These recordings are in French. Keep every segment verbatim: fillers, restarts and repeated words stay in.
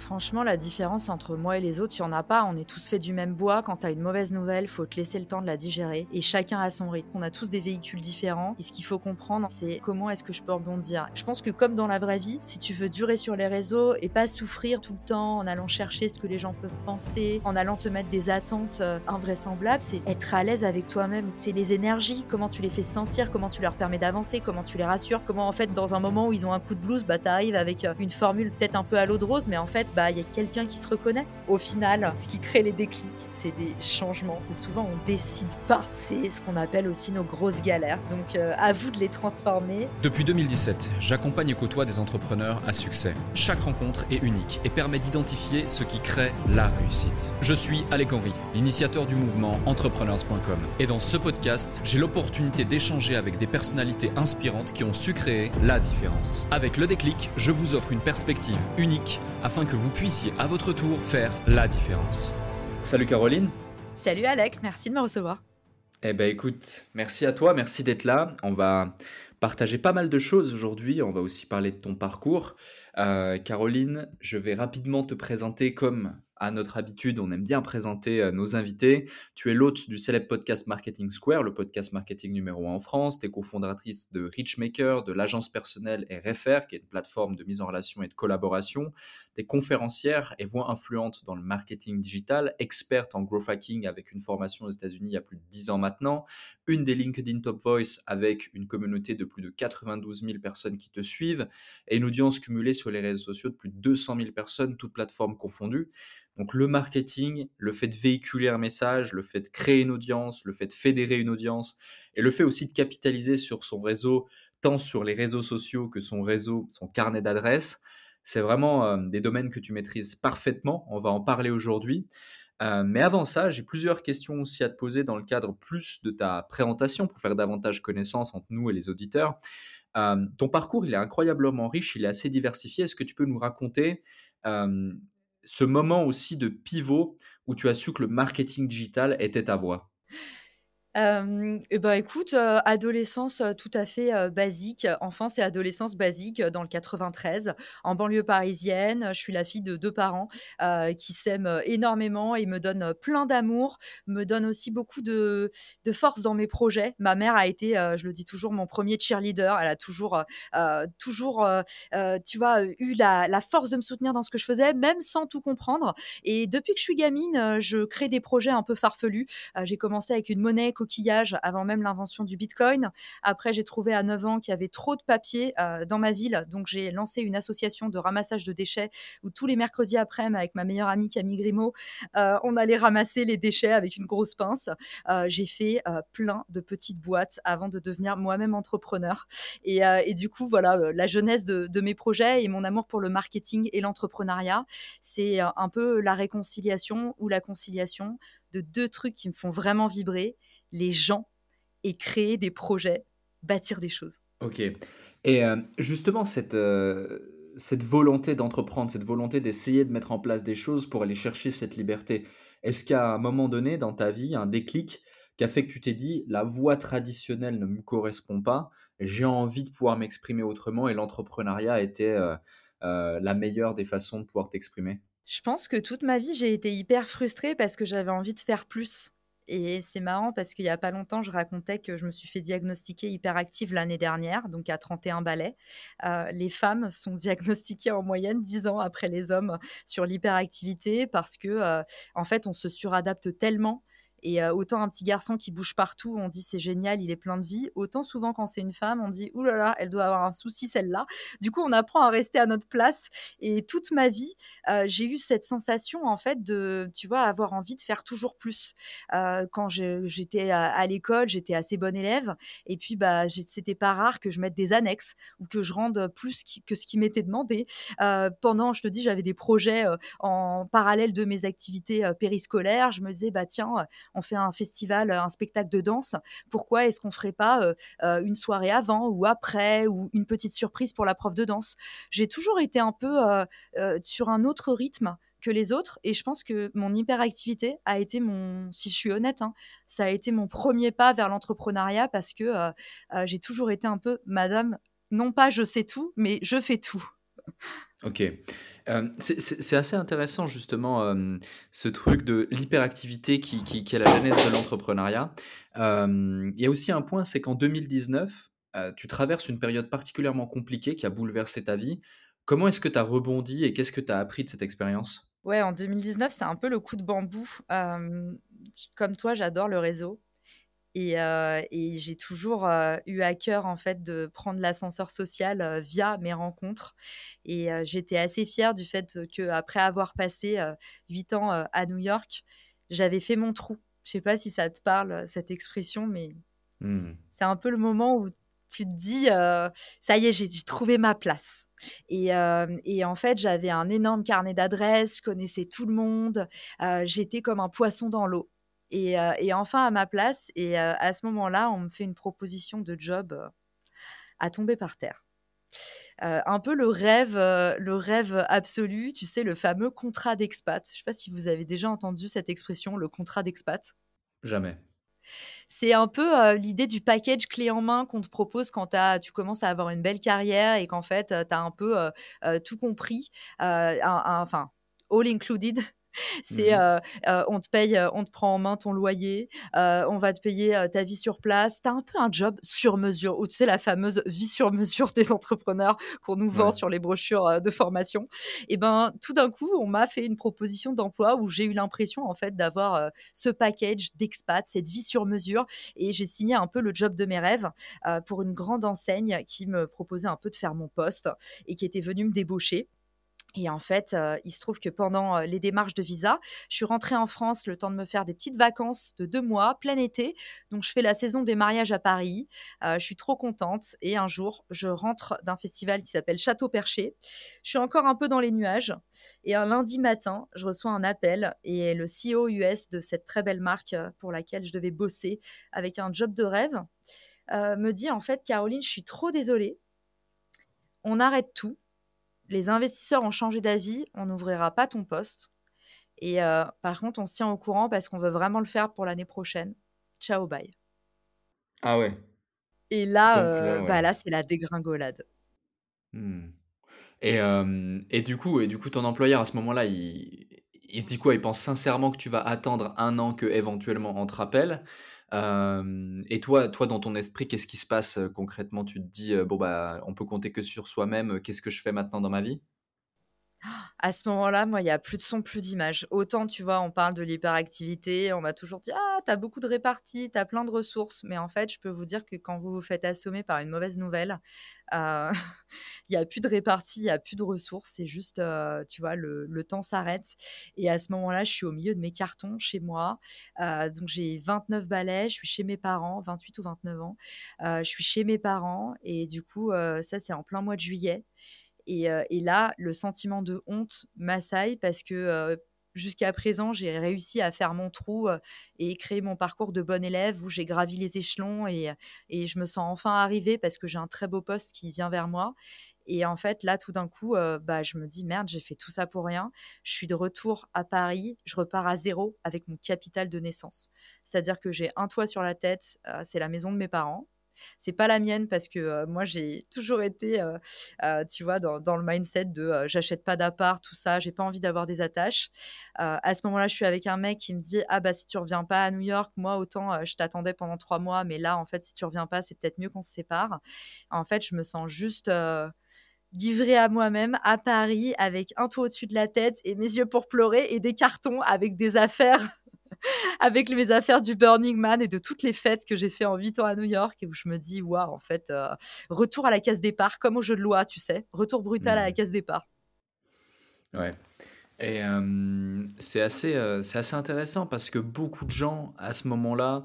Franchement, la différence entre moi et les autres, il n'y en a pas. On est tous faits du même bois. Quand tu as une mauvaise nouvelle, il faut te laisser le temps de la digérer. Et chacun a son rythme. On a tous des véhicules différents. Et ce qu'il faut comprendre, c'est comment est-ce que je peux rebondir. Je pense que comme dans la vraie vie, si tu veux durer sur les réseaux et pas souffrir tout le temps en allant chercher ce que les gens peuvent penser, en allant te mettre des attentes euh, invraisemblables, c'est être à l'aise avec toi-même. C'est les énergies, comment tu les fais sentir, comment tu leur permets d'avancer, comment tu les rassures, comment en fait dans un moment où ils ont un coup de blues, bah t'arrives avec euh, une formule peut-être un peu à l'eau de rose, mais en fait, bah il y a quelqu'un qui se reconnaît. Au final, ce qui crée les déclics, c'est des changements que souvent on décide pas. C'est ce qu'on appelle aussi nos grosses galères. Donc euh, à vous de les transformer. Depuis deux mille dix-sept, j'accompagne et côtoie des entrepreneurs à succès. Chaque rencontre est unique et permet d'identifier ce qui crée la réussite. Je suis Alec Henry, l'initiateur du mouvement entrepreneurs point com. Et dans ce podcast, j'ai l'opportunité d'échanger avec des personnalités inspirantes qui ont su créer la différence. Avec le déclic, je vous offre une perspective unique afin que vous puissiez à votre tour faire la différence. Salut Caroline. Salut Alec, merci de me recevoir. Eh ben écoute, merci à toi, merci d'être là. On va partager pas mal de choses aujourd'hui, on va aussi parler de ton parcours. Euh, Caroline, je vais rapidement te présenter comme à notre habitude, on aime bien présenter euh, nos invités. Tu es l'hôte du célèbre podcast Marketing Square, le podcast marketing numéro un en France. Tu es cofondatrice de Richmaker, de l'agence personnelle et Refer, qui est une plateforme de mise en relation et de collaboration. Tu es conférencière et voix influente dans le marketing digital, experte en growth hacking avec une formation aux États-Unis il y a plus de dix ans maintenant, une des LinkedIn Top Voice avec une communauté de plus de quatre-vingt-douze mille personnes qui te suivent et une audience cumulée sur les réseaux sociaux de plus de deux cent mille personnes, toutes plateformes confondues. Donc le marketing, le fait de véhiculer un message, le fait de créer une audience, le fait de fédérer une audience et le fait aussi de capitaliser sur son réseau, tant sur les réseaux sociaux que son réseau, son carnet d'adresses, c'est vraiment euh, des domaines que tu maîtrises parfaitement. On va en parler aujourd'hui. Euh, mais avant ça, j'ai plusieurs questions aussi à te poser dans le cadre plus de ta présentation pour faire davantage connaissance entre nous et les auditeurs. Euh, ton parcours, il est incroyablement riche, il est assez diversifié. Est-ce que tu peux nous raconter euh, ce moment aussi de pivot où tu as su que le marketing digital était ta voie? Euh, et ben écoute, euh, adolescence euh, tout à fait euh, basique, enfance et adolescence basique euh, dans le quatre-vingt-treize, en banlieue parisienne. Je suis la fille de deux parents euh, qui s'aiment euh, énormément et me donnent euh, plein d'amour, me donnent aussi beaucoup de, de force dans mes projets. Ma mère a été, euh, je le dis toujours, mon premier cheerleader. Elle a toujours, euh, toujours, euh, euh, tu vois, eu la, la force de me soutenir dans ce que je faisais, même sans tout comprendre. Et depuis que je suis gamine, euh, je crée des projets un peu farfelus. Euh, j'ai commencé avec une monnaie coquillage avant même l'invention du Bitcoin. Après, j'ai trouvé à neuf ans qu'il y avait trop de papier euh, dans ma ville. Donc, j'ai lancé une association de ramassage de déchets où tous les mercredis après-midi, avec ma meilleure amie Camille Grimaud, euh, on allait ramasser les déchets avec une grosse pince. Euh, j'ai fait euh, plein de petites boîtes avant de devenir moi-même entrepreneur. Et, euh, et du coup, voilà, euh, la jeunesse de, de mes projets et mon amour pour le marketing et l'entrepreneuriat, c'est euh, un peu la réconciliation ou la conciliation de deux trucs qui me font vraiment vibrer, les gens et créer des projets, bâtir des choses. Ok. Et euh, justement, cette, euh, cette volonté d'entreprendre, cette volonté d'essayer de mettre en place des choses pour aller chercher cette liberté, est-ce qu'à un moment donné dans ta vie, un déclic qui a fait que tu t'es dit, la voie traditionnelle ne me correspond pas, j'ai envie de pouvoir m'exprimer autrement et l'entrepreneuriat était euh, euh, la meilleure des façons de pouvoir t'exprimer? Je pense que toute ma vie, j'ai été hyper frustrée parce que j'avais envie de faire plus. Et c'est marrant parce qu'il y a pas longtemps, je racontais que je me suis fait diagnostiquer hyperactive l'année dernière, donc à trente et un balais. Euh, les femmes sont diagnostiquées en moyenne dix ans après les hommes sur l'hyperactivité parce que, euh, en fait, on se suradapte tellement. Et euh, autant un petit garçon qui bouge partout, on dit c'est génial, il est plein de vie. Autant souvent quand c'est une femme, on dit oulala, là là, elle doit avoir un souci celle-là. Du coup, on apprend à rester à notre place. Et toute ma vie, euh, j'ai eu cette sensation en fait de, tu vois, avoir envie de faire toujours plus. Euh, quand je, j'étais à, à l'école, j'étais assez bonne élève, et puis bah, j'ai, c'était pas rare que je mette des annexes ou que je rende plus qui, que ce qui m'était demandé. Euh, pendant, je te dis, j'avais des projets euh, en parallèle de mes activités euh, périscolaires. Je me disais, bah tiens, on fait un festival, un spectacle de danse. Pourquoi est-ce qu'on ferait pas euh, euh, une soirée avant ou après ou une petite surprise pour la prof de danse? J'ai toujours été un peu euh, euh, sur un autre rythme que les autres. Et je pense que mon hyperactivité a été mon, si je suis honnête, hein, ça a été mon premier pas vers l'entrepreneuriat parce que euh, euh, j'ai toujours été un peu madame, non pas je sais tout, mais je fais tout. Ok. Hem, c'est c'est c'est assez intéressant justement, hem, ce truc de l'hyperactivité qui qui qui est la genèse de l'entrepreneuriat. Hem, il y a aussi un point, c'est qu'en deux mille dix-neuf, heu, tu traverses une période particulièrement compliquée qui a bouleversé ta vie. Comment est-ce que tu as rebondi et qu'est-ce que tu as appris de cette expérience? Ouais, en deux mille dix-neuf, c'est un peu le coup de bambou. Hem, j Comme toi, j'adore le réseau et heu et j'ai toujours, heu, eu à cœur, en fait, de prendre l'ascenseur social, heu, via mes rencontres et heu, j'étais assez fière du fait, qu'après avoir passé, heu, huit ans, heu, à New York, j'avais fait mon trou. Je sais pas si ça te parle, heu, cette expression, mais Mmh. c'est un peu le moment où tu te dis, heu: «Ça y est, j'ai j'ai trouvé ma place» et hem et en fait, j'avais un énorme carnet d'adresses, je connaissais tout le monde, heu, j'étais comme un poisson dans l'eau et heu et enfin à ma place et heu, à ce moment-là, on me fait une proposition de job, heu, à tomber par terre. Heu, un peu le rêve, heu, le rêve absolu, tu sais, le fameux contrat d'expat. Je sais pas si vous avez déjà entendu cette expression, le contrat d'expat? Jamais. C'est un peu, heu, l'idée du package clé en main qu'on te propose quand tu as tu commences à avoir une belle carrière et qu'en fait, heu, tu as un peu, heu heu, tout compris, heu, un un enfin, all included. C'est, Mmh. heu heu, on te paye, heu, on te prend en main ton loyer, heu, on va te payer, heu, ta vie sur place. Tu as un peu un job sur mesure ou tu sais la fameuse vie sur mesure des entrepreneurs qu'on nous vend Ouais. sur les brochures, heu, de formation et ben, tout d'un coup, on m'a fait une proposition d'emploi où j'ai eu l'impression en fait d'avoir, heu, ce package d'expat, cette vie sur mesure et j'ai signé un peu le job de mes rêves, heu, pour une grande enseigne qui me proposait un peu de faire mon poste et qui était venue me débaucher et en fait, heu, il se trouve que pendant, heu, les démarches de visa, je suis rentrée en France le temps de me faire des petites vacances de deux mois, plein été. Donc je fais la saison des mariages à Paris, heu, je suis trop contente et un jour, je rentre d'un festival qui s'appelle Château Perché. Je suis encore un peu dans les nuages et un lundi matin, je reçois un appel et le C E O U S de cette très belle marque, heu, pour laquelle je devais bosser avec un job de rêve, heu, me dit: «En fait, Caroline, je suis trop désolée, on arrête tout. Les investisseurs ont changé d'avis, on n'ouvrira pas ton poste et heu, par contre, on se tient au courant parce qu'on veut vraiment le faire pour l'année prochaine. Ciao, bye» Ah ouais, et là, donc là, heu, ouais. bah, là, c'est la dégringolade. Mmh. Et hem et du coup et du coup, ton employeur à ce moment-là, il il se dit quoi? Il pense sincèrement que tu vas attendre un an qu'éventuellement on te rappelle? Hem et toi toi, dans ton esprit, qu'est-ce qui se passe, heu, concrètement? Tu te dis, heu: «Bon, bah, on peut compter que sur soi-même, heu, qu'est-ce que je fais maintenant dans ma vie?» À ce moment-là, moi, il y a plus de son, plus d'image. Autant, tu vois, on parle de l'hyperactivité, on m'a toujours dit: «Ah, tu as beaucoup de réparties, tu as plein de ressources», mais en fait, je peux vous dire que quand vous vous faites assommer par une mauvaise nouvelle, heu, il y a plus de répartie, il y a plus de ressources, c'est juste, heu, tu vois, le le temps s'arrête et à ce moment-là, je suis au milieu de mes cartons chez moi, heu, donc j'ai vingt-neuf balais, je suis chez mes parents, vingt-huit ou vingt-neuf ans, heu, je suis chez mes parents et du coup, heu, ça, c'est en plein mois de juillet et heu et là, le sentiment de honte m'assaille parce que, heu, jusqu'à présent, j'ai réussi à faire mon trou, heu et créer mon parcours de bonne élève où j'ai gravi les échelons et et je me sens enfin arrivée parce que j'ai un très beau poste qui vient vers moi et en fait, là, tout d'un coup, heu, bah, je me dis: «Merde, j'ai fait tout ça pour rien». Je suis de retour à Paris, je repars à zéro avec mon capital de naissance. C'est-à-dire que j'ai un toit sur la tête, heu, c'est la maison de mes parents. C'est pas la mienne parce que, heu, moi, j'ai toujours été, heu heu, tu vois, dans dans le mindset de, heu, j'achète pas d'appart, tout ça, j'ai pas envie d'avoir des attaches. Heu, à ce moment-là, je suis avec un mec qui me dit: «Ah bah, si tu reviens pas à New York, moi autant, heu, je t'attendais pendant trois mois, mais là, en fait, si tu reviens pas, c'est peut-être mieux qu'on se sépare». En fait, je me sens juste, heu, livrée à moi-même à Paris avec un toit au-dessus de la tête et mes yeux pour pleurer et des cartons avec des affaires avec mes affaires du Burning Man et de toutes les fêtes que j'ai fait en huit ans à New York et où je me dis: «Waouh, en fait, heu, retour à la case départ», comme au jeu de loi, tu sais? Retour brutal à la Mmh. case départ. Ouais. Et hem, c'est assez, heu, c'est assez intéressant parce que beaucoup de gens, à ce moment-là,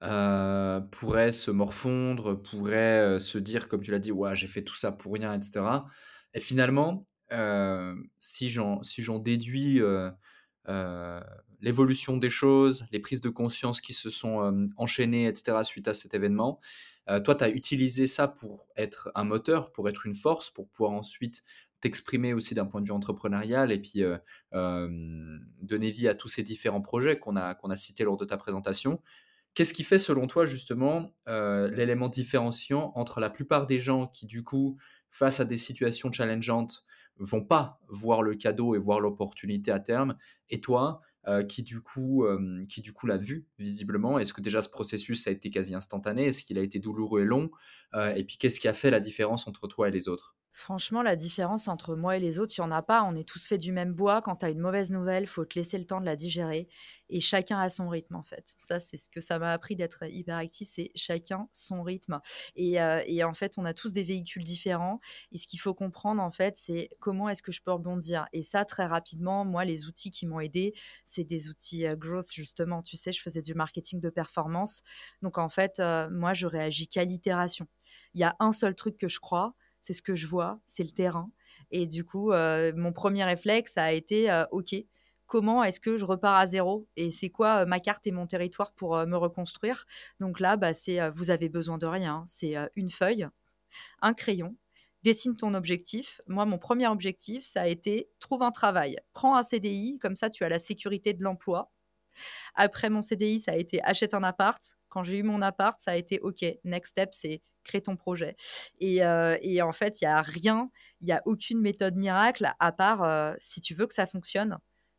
heu, pourraient se morfondre, pourraient, heu, se dire, comme tu l'as dit: «Ouais, j'ai fait tout ça pour rien» et cetera. Et finalement, heu, si j'en si j'en déduis, heu heu, l'évolution des choses, les prises de conscience qui se sont, hem, enchaînées et cetera suite à cet événement, heu, toi, tu as utilisé ça pour être un moteur, pour être une force, pour pouvoir ensuite t'exprimer aussi d'un point de vue entrepreneurial et puis, heu, hem, donner vie à tous ces différents projets qu'on a qu'on a cités lors de ta présentation. Qu'est-ce qui fait selon toi justement, heu, l'élément différenciant entre la plupart des gens qui du coup, face à des situations challengeantes, vont pas voir le cadeau et voir l'opportunité à terme. Et toi, heu, qui du coup, hem, qui du coup l'a vu visiblement, est-ce que déjà ce processus a été quasi instantané? Est-ce qu'il a été douloureux et long? Heu, et puis qu'est-ce qui a fait la différence entre toi et les autres? Franchement, la différence entre moi et les autres, il y en a pas. On est tous faits du même bois. Quand tu as une mauvaise nouvelle, faut te laisser le temps de la digérer et chacun a son rythme, en fait. Ça, c'est ce que ça m'a appris d'être hyperactif, c'est chacun son rythme et heu et en fait, on a tous des véhicules différents et ce qu'il faut comprendre, en fait, c'est comment est-ce que je peux rebondir et ça, très rapidement, moi, les outils qui m'ont aidée, c'est des outils, heu, growth, justement. Tu sais, je faisais du marketing de performance donc en fait, heu, moi, je réagis qu'à l'itération. Il y a un seul truc que je crois, c'est ce que je vois, c'est le terrain et du coup, heu, mon premier réflexe a été, heu: «OK, comment est-ce que je repars à zéro et c'est quoi, heu, ma carte et mon territoire pour, heu, me reconstruire?» Donc là, bah, c'est, heu, vous avez besoin de rien, hein. C'est, heu, une feuille, un crayon, dessine ton objectif. Moi, mon premier objectif, ça a été: trouve un travail, prends un C D I, comme ça tu as la sécurité de l'emploi. Après mon C D I, ça a été achète un appart. Quand j'ai eu mon appart, ça a été OK, next step, c'est crée ton projet. Et, euh, et en fait, il n'y a rien, il n'y a aucune méthode miracle à part euh, si tu veux que ça fonctionne,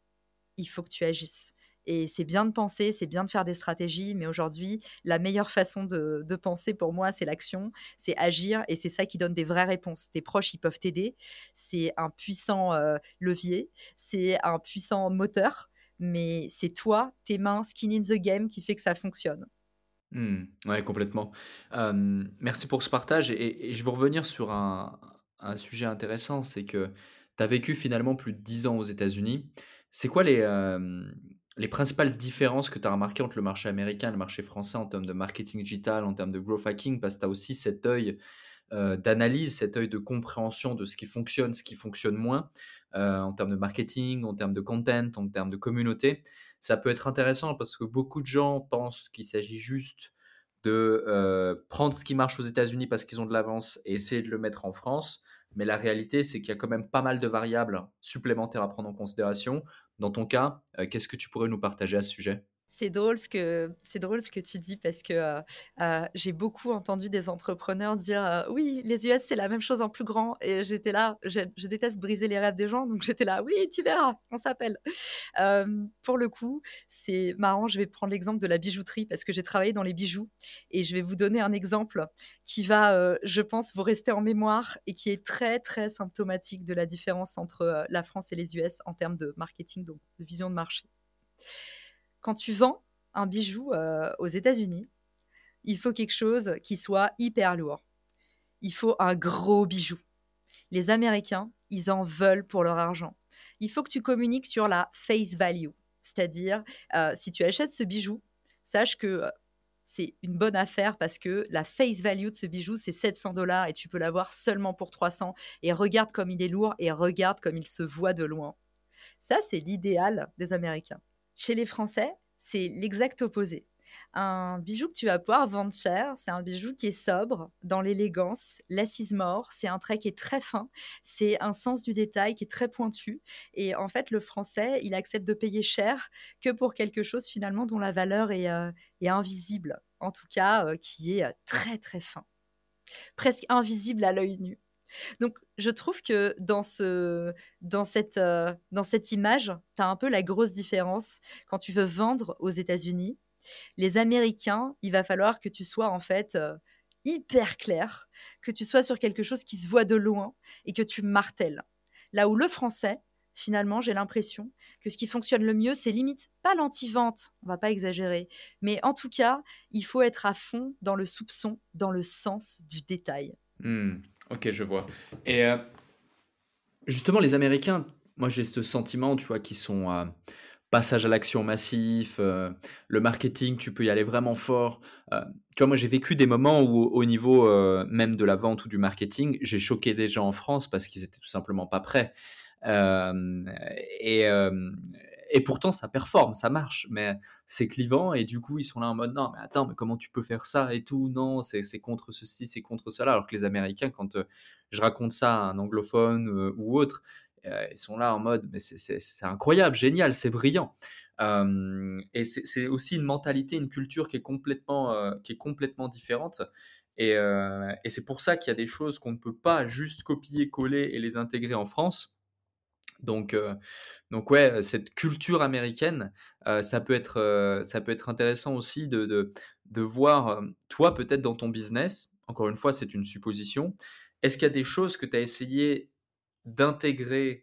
il faut que tu agisses. Et c'est bien de penser, c'est bien de faire des stratégies, mais aujourd'hui, la meilleure façon de, de penser pour moi, c'est l'action, c'est agir, et c'est ça qui donne des vraies réponses. Tes proches, ils peuvent t'aider, c'est un puissant euh, levier, c'est un puissant moteur, mais c'est toi, tes mains, skin in the game, qui fait que ça fonctionne. Mmh. Ouais, complètement. Hem, merci pour ce partage et et je veux revenir sur un un sujet intéressant, c'est que tu as vécu finalement plus de dix ans aux États-Unis. C'est quoi les, hem, les principales différences que tu as remarquées entre le marché américain et le marché français en termes de marketing digital, en termes de growth hacking? Parce que tu as aussi cet œil heu, d'analyse, cet œil de compréhension de ce qui fonctionne, ce qui fonctionne moins, heu, en termes de marketing, en termes de content, en termes de communauté. Ça peut être intéressant parce que beaucoup de gens pensent qu'il s'agit juste de, heu, prendre ce qui marche aux États-Unis parce qu'ils ont de l'avance et essayer de le mettre en France. Mais la réalité, c'est qu'il y a quand même pas mal de variables supplémentaires à prendre en considération. Dans ton cas, heu, qu'est-ce que tu pourrais nous partager à ce sujet? C'est drôle ce que c'est drôle ce que tu dis parce que, heu heu, j'ai beaucoup entendu des entrepreneurs dire, heu: «Oui, les U S, c'est la même chose en plus grand» et j'étais là, je je déteste briser les rêves des gens, donc j'étais là: «Oui, tu verras, on s'appelle». Hem, pour le coup, c'est marrant, je vais prendre l'exemple de la bijouterie parce que j'ai travaillé dans les bijoux et je vais vous donner un exemple qui va, heu, je pense, vous rester en mémoire et qui est très, très symptomatique de la différence entre, heu, la France et les U S en termes de marketing, donc de vision de marché. Quand tu vends un bijou, heu, aux États-Unis, il faut quelque chose qui soit hyper lourd. Il faut un gros bijou. Les Américains, ils en veulent pour leur argent. Il faut que tu communiques sur la face value, c'est-à-dire, heu, si tu achètes ce bijou, sache que, heu, c'est une bonne affaire parce que la face value de ce bijou, c'est sept cents dollars et tu peux l'avoir seulement pour trois cents et regarde comme il est lourd et regarde comme il se voit de loin. Ça, c'est l'idéal des Américains. Chez les Français, c'est l'exact opposé. Un bijou que tu vas pouvoir vendre cher, c'est un bijou qui est sobre, dans l'élégance, l'assise mort, c'est un trait qui est très fin, c'est un sens du détail qui est très pointu. Et en fait, le Français, il accepte de payer cher que pour quelque chose finalement dont la valeur est, euh, est invisible, en tout cas euh, qui est euh, très très fin, presque invisible à l'œil nu. Donc, je trouve que dans, ce, dans, cette, euh, dans cette image, tu as un peu la grosse différence. Quand tu veux vendre aux États-Unis, les Américains, il va falloir que tu sois en fait euh, hyper clair, que tu sois sur quelque chose qui se voit de loin et que tu martèles. Là où le français, finalement, j'ai l'impression que ce qui fonctionne le mieux, c'est limite pas l'anti-vente, on va pas exagérer, mais en tout cas, il faut être à fond dans le soupçon, dans le sens du détail. Mmh. OK, je vois et heu justement, les Américains, moi j'ai ce sentiment, tu vois, qu'ils sont, heu, passage à l'action massif, heu, le marketing, tu peux y aller vraiment fort. Heu, tu vois, moi j'ai vécu des moments où au niveau, heu, même de la vente ou du marketing, j'ai choqué des gens en France parce qu'ils étaient tout simplement pas prêts. Hem et hem et pourtant ça performe, ça marche, mais c'est clivant et du coup, ils sont là en mode: «Non, mais attends, mais comment tu peux faire ça et tout? Non, c'est c'est contre ceci, c'est contre cela». Alors que les Américains, quand, heu, je raconte ça à un anglophone, heu, ou autre, heu, ils sont là en mode: «Mais c'est c'est c'est incroyable, génial, c'est brillant». Hem et c'est c'est aussi une mentalité, une culture qui est complètement, heu, qui est complètement différente Et, euh, et c'est pour ça qu'il y a des choses qu'on ne peut pas juste copier, coller et les intégrer en France. Donc, euh, donc ouais, cette culture américaine, euh, ça peut être, euh, ça peut être intéressant aussi de, de, de voir, euh, toi peut-être dans ton business, encore une fois c'est une supposition, est-ce qu'il y a des choses que tu as essayé d'intégrer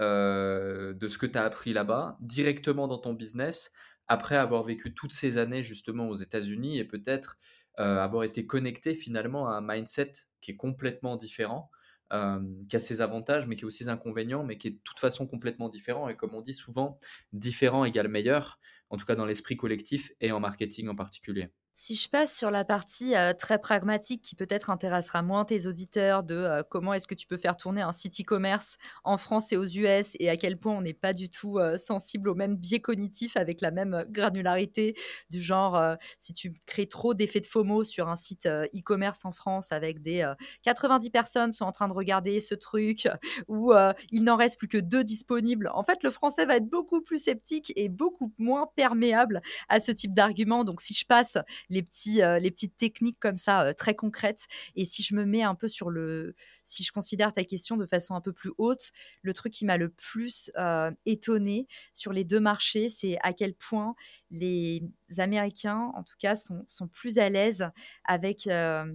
euh, de ce que tu as appris là-bas directement dans ton business après avoir vécu toutes ces années justement aux États-Unis et peut-être euh, avoir été connecté finalement à un mindset qui est complètement différent, euh, qui a ses avantages mais qui a aussi ses inconvénients, mais qui est de toute façon complètement différent. Et comme on dit souvent, différent égale meilleur, en tout cas dans l'esprit collectif et en marketing en particulier. Si je passe sur la partie euh, très pragmatique qui peut-être intéressera moins tes auditeurs de euh, comment est-ce que tu peux faire tourner un site e-commerce en France et aux U S et à quel point on n'est pas du tout euh, sensible au même biais cognitif avec la même euh, granularité du genre euh, si tu crées trop d'effets de FOMO sur un site euh, e-commerce en France avec des euh, quatre-vingt-dix personnes sont en train de regarder ce truc ou euh, il n'en reste plus que deux disponibles. En fait, le français va être beaucoup plus sceptique et beaucoup moins perméable à ce type d'argument. Donc, si je passe les, petits, euh, les petites techniques comme ça, euh, très concrètes. Et si je me mets un peu sur le... Si je considère ta question de façon un peu plus haute, le truc qui m'a le plus euh, étonné sur les deux marchés, c'est à quel point les Américains, en tout cas, sont, sont plus à l'aise avec... Euh,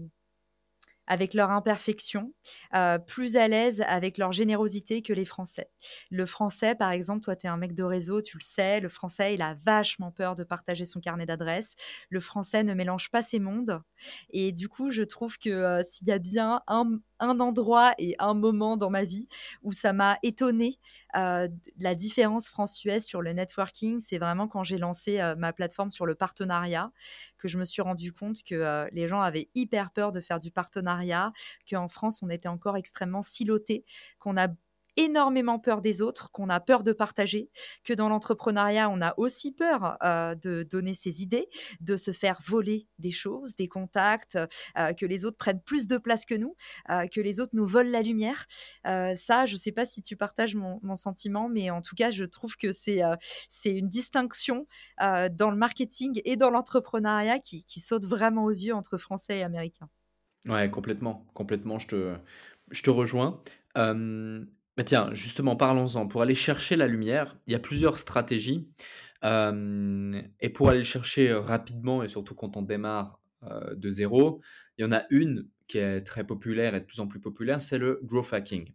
avec leur imperfection, euh, plus à l'aise avec leur générosité que les Français. Le Français, par exemple, toi, tu es un mec de réseau, tu le sais, le Français, il a vachement peur de partager son carnet d'adresses. Le Français ne mélange pas ses mondes. Et du coup, je trouve que euh, s'il y a bien un, un endroit et un moment dans ma vie où ça m'a étonné euh, la différence France-U S sur le networking, c'est vraiment quand j'ai lancé euh, ma plateforme sur le partenariat, que je me suis rendu compte que euh, les gens avaient hyper peur de faire du partenariat, qu'en France, on était encore extrêmement siloté, qu'on a énormément peur des autres, qu'on a peur de partager, que dans l'entrepreneuriat, on a aussi peur euh, de donner ses idées, de se faire voler des choses, des contacts, euh, que les autres prennent plus de place que nous, euh, que les autres nous volent la lumière. Euh, ça, je ne sais pas si tu partages mon, mon sentiment, mais en tout cas, je trouve que c'est, euh, c'est une distinction euh, dans le marketing et dans l'entrepreneuriat qui, qui saute vraiment aux yeux entre Français et Américains. Ouais, complètement, complètement, je te, je te rejoins. Euh, bah tiens, justement, parlons-en. Pour aller chercher la lumière, il y a plusieurs stratégies. Euh, et pour aller le chercher euh, rapidement, et surtout quand on démarre euh, de zéro, il y en a une qui est très populaire et de plus en plus populaire, c'est le growth hacking.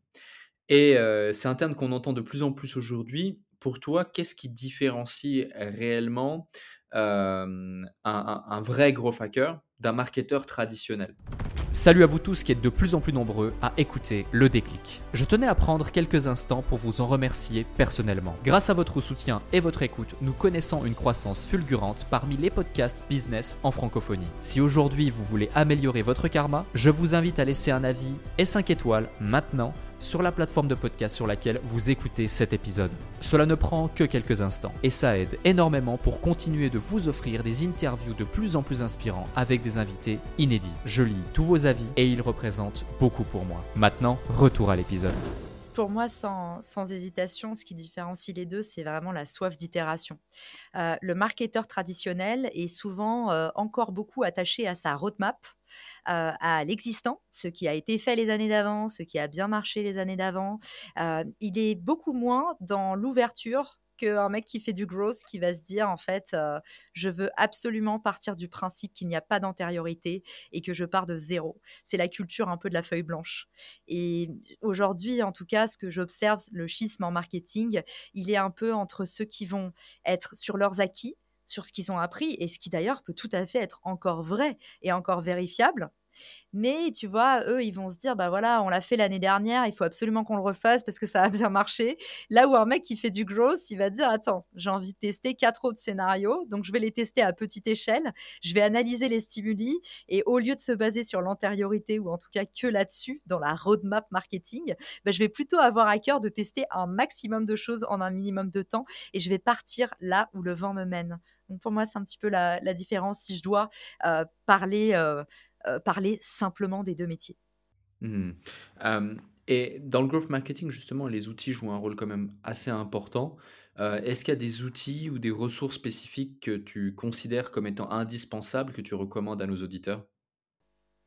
Et euh, c'est un terme qu'on entend de plus en plus aujourd'hui. Pour toi, qu'est-ce qui différencie réellement euh, un, un- un vrai growth hacker d'un marketeur traditionnel? Salut à vous tous qui êtes de plus en plus nombreux à écouter Le Déclic. Je tenais à prendre quelques instants pour vous en remercier personnellement. Grâce à votre soutien et votre écoute, nous connaissons une croissance fulgurante parmi les podcasts business en francophonie. Si aujourd'hui vous voulez améliorer votre karma, je vous invite à laisser un avis et cinq étoiles maintenant sur la plateforme de podcast sur laquelle vous écoutez cet épisode. Cela ne prend que quelques instants et ça aide énormément pour continuer de vous offrir des interviews de plus en plus inspirants avec des invités inédits. Je lis tous vos avis et ils représentent beaucoup pour moi. Maintenant, retour à l'épisode. Pour moi, sans, sans hésitation, ce qui différencie les deux, c'est vraiment la soif d'itération. Euh, le marketeur traditionnel est souvent euh, encore beaucoup attaché à sa roadmap, euh, à l'existant, ce qui a été fait les années d'avant, ce qui a bien marché les années d'avant. Euh, il est beaucoup moins dans l'ouverture qu'un mec qui fait du growth, qui va se dire, en fait, euh, je veux absolument partir du principe qu'il n'y a pas d'antériorité et que je pars de zéro. C'est la culture un peu de la feuille blanche. Et aujourd'hui, en tout cas, ce que j'observe, le schisme en marketing, il est un peu entre ceux qui vont être sur leurs acquis, sur ce qu'ils ont appris, et ce qui d'ailleurs peut tout à fait être encore vrai et encore vérifiable. Mais tu vois, eux, ils vont se dire, bah voilà, on l'a fait l'année dernière, il faut absolument qu'on le refasse parce que ça a bien marché. Là où un mec qui fait du growth, il va dire, attends, j'ai envie de tester quatre autres scénarios, donc je vais les tester à petite échelle, je vais analyser les stimuli, et au lieu de se baser sur l'antériorité, ou en tout cas que là-dessus, dans la roadmap marketing, bah, je vais plutôt avoir à cœur de tester un maximum de choses en un minimum de temps, et je vais partir là où le vent me mène. Donc pour moi, c'est un petit peu la, la différence si je dois euh, parler... Euh, euh, parler simplement des deux métiers. Mmh. Hem et dans le growth marketing, justement, les outils jouent un rôle quand même assez important. Heu, est-ce qu'il y a des outils ou des ressources spécifiques que tu considères comme étant indispensables, que tu recommandes à nos auditeurs?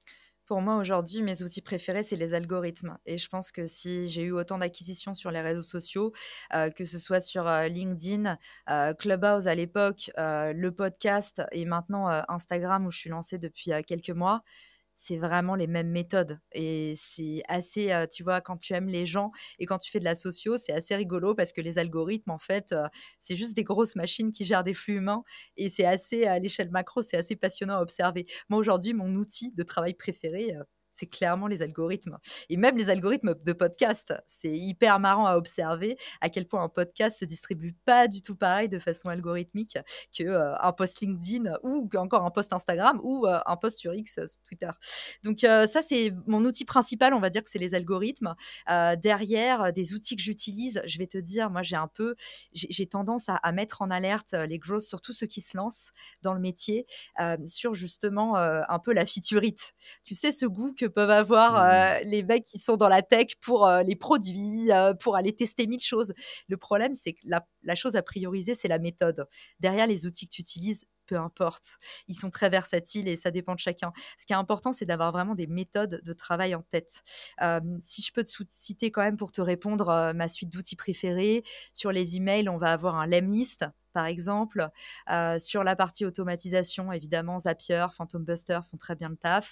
Pour moi, aujourd'hui, mes outils préférés, c'est les algorithmes et je pense que si j'ai eu autant d'acquisitions sur les réseaux sociaux, heu, que ce soit sur, heu, LinkedIn, heu, Clubhouse à l'époque, heu, le podcast et maintenant, heu, Instagram où je suis lancée depuis, heu, quelques mois, c'est vraiment les mêmes méthodes et c'est assez, heu, tu vois, quand tu aimes les gens et quand tu fais de la socio, c'est assez rigolo parce que les algorithmes, en fait, heu, c'est juste des grosses machines qui gèrent des flux humains et c'est assez à l'échelle macro, c'est assez passionnant à observer. Moi, aujourd'hui, mon outil de travail préféré, heu, c'est clairement les algorithmes et même les algorithmes de podcast. C'est hyper marrant à observer à quel point un podcast se distribue pas du tout pareil de façon algorithmique que, heu, un post LinkedIn ou encore un post Instagram ou, heu, un post sur X, heu, Twitter. Donc heu, ça, c'est mon outil principal, on va dire que c'est les algorithmes. Heu, derrière, heu, des outils que j'utilise, je vais te dire, moi, j'ai un peu j'ai j'ai tendance à à mettre en alerte, heu, les grosses, surtout ceux qui se lancent dans le métier, hem, sur justement, heu, un peu la featurite. Tu sais, ce goût que peuvent avoir, Mmh. heu, les mecs qui sont dans la tech pour, heu, les produits, heu, pour aller tester mille choses. Le problème, c'est que la la chose à prioriser, c'est la méthode. Derrière les outils que tu utilises, peu importe, ils sont très versatiles et ça dépend de chacun. Ce qui est important, c'est d'avoir vraiment des méthodes de travail en tête. Hem, si je peux te sou citer quand même pour te répondre, heu, ma suite d'outils préférés, sur les emails, on va avoir un Lemlist, par exemple. Heu, sur la partie automatisation, évidemment, Zapier, Phantom Buster font très bien le taf.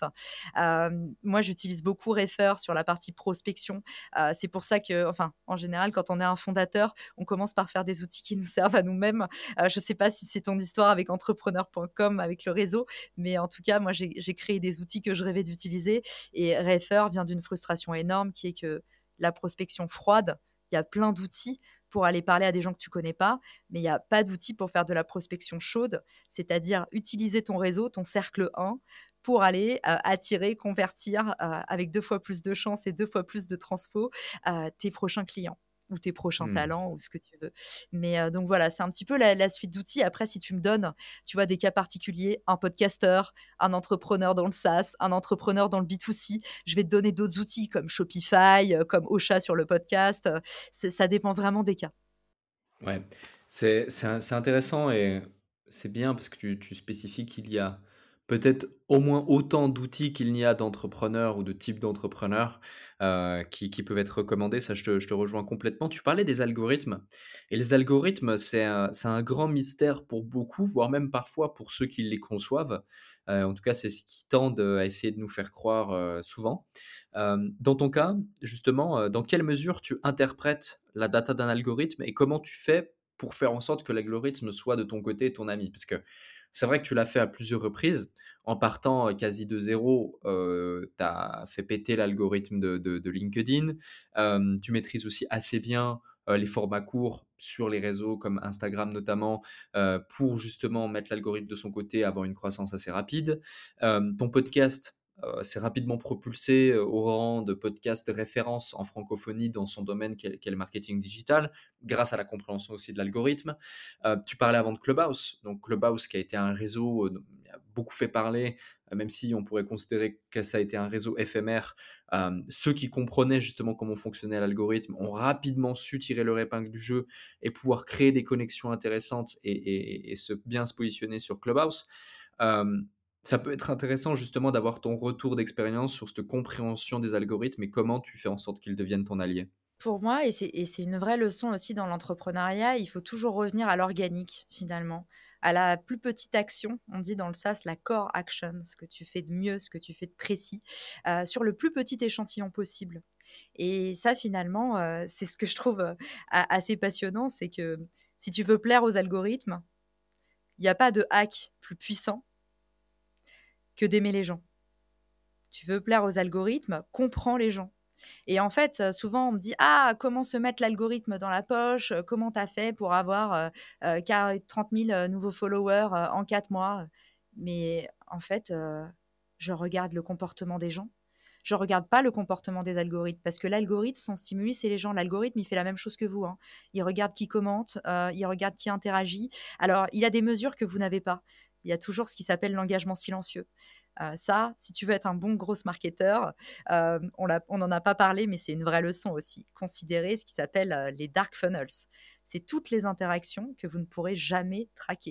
Hem, moi, j'utilise beaucoup Refer sur la partie prospection. Heu, c'est pour ça que enfin, en général, quand on est un fondateur, on commence par faire des outils qui nous servent à nous-mêmes. Heu, je ne sais pas si c'est ton histoire avec entrepreneur point com, avec le réseau, mais en tout cas, moi, j'ai j'ai créé des outils que je rêvais d'utiliser et Refer vient d'une frustration énorme qui est que la prospection froide, il y a plein d'outils pour aller parler à des gens que tu connais pas, mais il y a pas d'outils pour faire de la prospection chaude, c'est-à-dire utiliser ton réseau, ton cercle un pour aller, heu, attirer, convertir, heu, avec deux fois plus de chances et deux fois plus de transfo, heu, tes prochains clients ou tes prochains Mmh. talents ou ce que tu veux. Mais heu, donc voilà, c'est un petit peu la la suite d'outils. Après, si tu me donnes, tu vois, des cas particuliers, un podcasteur, un entrepreneur dans le SaaS, un entrepreneur dans le B deux C, je vais te donner d'autres outils comme Shopify, heu, comme Ocha sur le podcast, heu, c'est ça dépend vraiment des cas. Ouais, c'est c'est in c'est intéressant et c'est bien parce que tu tu spécifies qu'il y a peut-être au moins autant d'outils qu'il n'y a d'entrepreneurs ou de types d'entrepreneurs, heu, qui qui peuvent être recommandés. Ça, je te je te rejoins complètement. Tu parlais des algorithmes et les algorithmes, c'est un c'est un grand mystère pour beaucoup, voire même parfois pour ceux qui les conçoivent. Heu, en tout cas, c'est ce qu'ils tendent, heu, à essayer de nous faire croire, heu, souvent. Hem, dans ton cas, justement, heu, dans quelle mesure tu interprètes la data d'un algorithme et comment tu fais pour faire en sorte que l'algorithme soit de ton côté ton ami? Parce que c'est vrai que tu l'as fait à plusieurs reprises. En partant, heu, quasi de zéro, heu, tu as fait péter l'algorithme de de de LinkedIn. Hem, tu maîtrises aussi assez bien, heu, les formats courts sur les réseaux comme Instagram notamment, heu, pour justement mettre l'algorithme de son côté, avoir une croissance assez rapide. Hem, ton podcast, heu, s'est rapidement propulsé, heu, au rang de podcast de référence en francophonie dans son domaine qui est qui est le marketing digital, grâce à la compréhension aussi de l'algorithme. Heu, tu parlais avant de Clubhouse, donc Clubhouse qui a été un réseau, heu, dont il a beaucoup fait parler, heu, même si on pourrait considérer que ça a été un réseau éphémère. Hem, ceux qui comprenaient justement comment fonctionnait l'algorithme ont rapidement su tirer leur épingle du jeu et pouvoir créer des connexions intéressantes et et et se bien se positionner sur Clubhouse. Hem, Ça peut être intéressant justement d'avoir ton retour d'expérience sur cette compréhension des algorithmes et comment tu fais en sorte qu'ils deviennent ton allié. Pour moi et c'est et c'est une vraie leçon aussi dans l'entrepreneuriat, il faut toujours revenir à l'organique finalement, à la plus petite action. On dit dans le SaaS la core action, ce que tu fais de mieux, ce que tu fais de précis, heu, sur le plus petit échantillon possible et ça finalement, heu, c'est ce que je trouve, heu, a assez passionnant, c'est que si tu veux plaire aux algorithmes, il y a pas de hack plus puissant que d'aimer les gens. Tu veux plaire aux algorithmes, comprends les gens. Et en fait, heu, souvent on me dit: «Ah, comment se mettre l'algorithme dans la poche? Heu, comment tu as fait pour avoir, heu heu, qua trente mille, heu, nouveaux followers, heu, en quatre mois?» Mais en fait, heu, je regarde le comportement des gens. Je regarde pas le comportement des algorithmes parce que l'algorithme, son stimuli, c'est les gens. L'algorithme, il fait la même chose que vous, hein. Il regarde qui commente, heu, il regarde qui interagit. Alors, il a des mesures que vous n'avez pas. Il y a toujours ce qui s'appelle l'engagement silencieux. Heu, ça, si tu veux être un bon gros marketeur, hem, on l'a on n'en a pas parlé, mais c'est une vraie leçon aussi. Considérer ce qui s'appelle, heu, les dark funnels. C'est toutes les interactions que vous ne pourrez jamais traquer.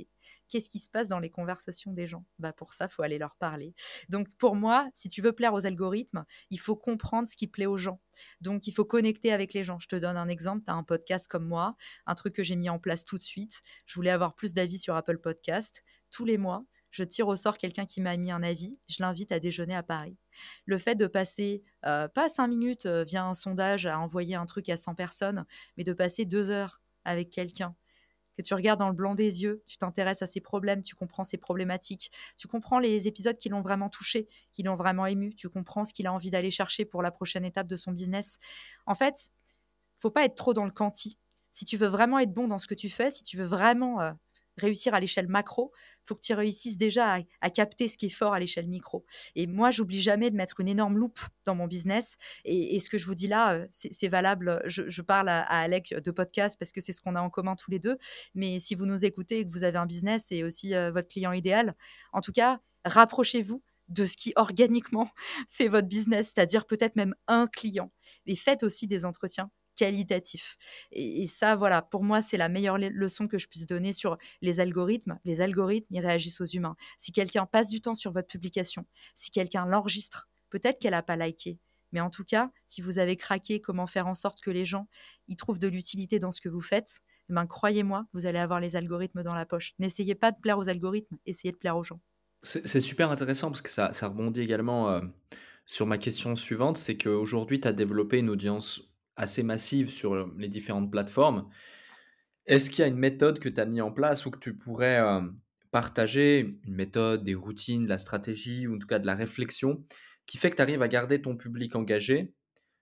qu'est-ce qui se passe dans les conversations des gens? Bah, pour ça, il faut aller leur parler. Donc pour moi, si tu veux plaire aux algorithmes, il faut comprendre ce qui plaît aux gens. Donc il faut connecter avec les gens. Je te donne un exemple, tu as un podcast comme moi, un truc que j'ai mis en place tout de suite. Je voulais avoir plus d'avis sur Apple Podcast. Tous les mois, je tire au sort quelqu'un qui m'a mis un avis, je l'invite à déjeuner à Paris. Le fait de passer, euh, pas cinq minutes euh, via un sondage à envoyer un truc à cent personnes, mais de passer deux heures avec quelqu'un, que tu regardes dans le blanc des yeux, tu t'intéresses à ses problèmes, tu comprends ses problématiques, tu comprends les épisodes qui l'ont vraiment touché, qui l'ont vraiment ému, tu comprends ce qu'il a envie d'aller chercher pour la prochaine étape de son business. En fait, faut pas être trop dans le quanti. Si tu veux vraiment être bon dans ce que tu fais, si tu veux vraiment euh, réussir à l'échelle macro, faut que tu réussisses déjà à, à capter ce qui est fort à l'échelle micro. Et moi, j'oublie jamais de mettre une énorme loupe dans mon business. Et, et ce que je vous dis là, euh, c'est, c'est valable. Je, je parle à, à Alec de podcast parce que c'est ce qu'on a en commun tous les deux. Mais si vous nous écoutez et que vous avez un business et aussi euh, votre client idéal, en tout cas, rapprochez-vous de ce qui organiquement fait votre business, c'est-à-dire peut-être même un client. Et faites aussi des entretiens qualitatifs. Et, et ça, voilà, pour moi, c'est la meilleure le- leçon que je puisse donner sur les algorithmes. Les algorithmes, ils réagissent aux humains. Si quelqu'un passe du temps sur votre publication, si quelqu'un l'enregistre, peut-être qu'elle n'a pas liké. Mais en tout cas, si vous avez craqué comment faire en sorte que les gens ils trouvent de l'utilité dans ce que vous faites, eh ben, croyez-moi, vous allez avoir les algorithmes dans la poche. N'essayez pas de plaire aux algorithmes, essayez de plaire aux gens. C'est c'est super intéressant parce que ça ça rebondit également, heu, sur ma question suivante. C'est qu'aujourd'hui, tu as développé une audience assez massive sur, heu, les différentes plateformes. Est-ce qu'il y a une méthode que tu as mis en place ou que tu pourrais, hem, partager? Une méthode, des routines, de la stratégie ou en tout cas de la réflexion qui fait que tu arrives à garder ton public engagé,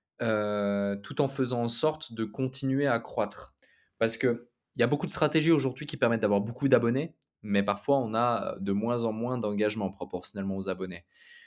heu, tout en faisant en sorte de continuer à croître? Parce qu'il y a beaucoup de stratégies aujourd'hui qui permettent d'avoir beaucoup d'abonnés, mais parfois on a, de moins en moins d'engagement proportionnellement aux abonnés.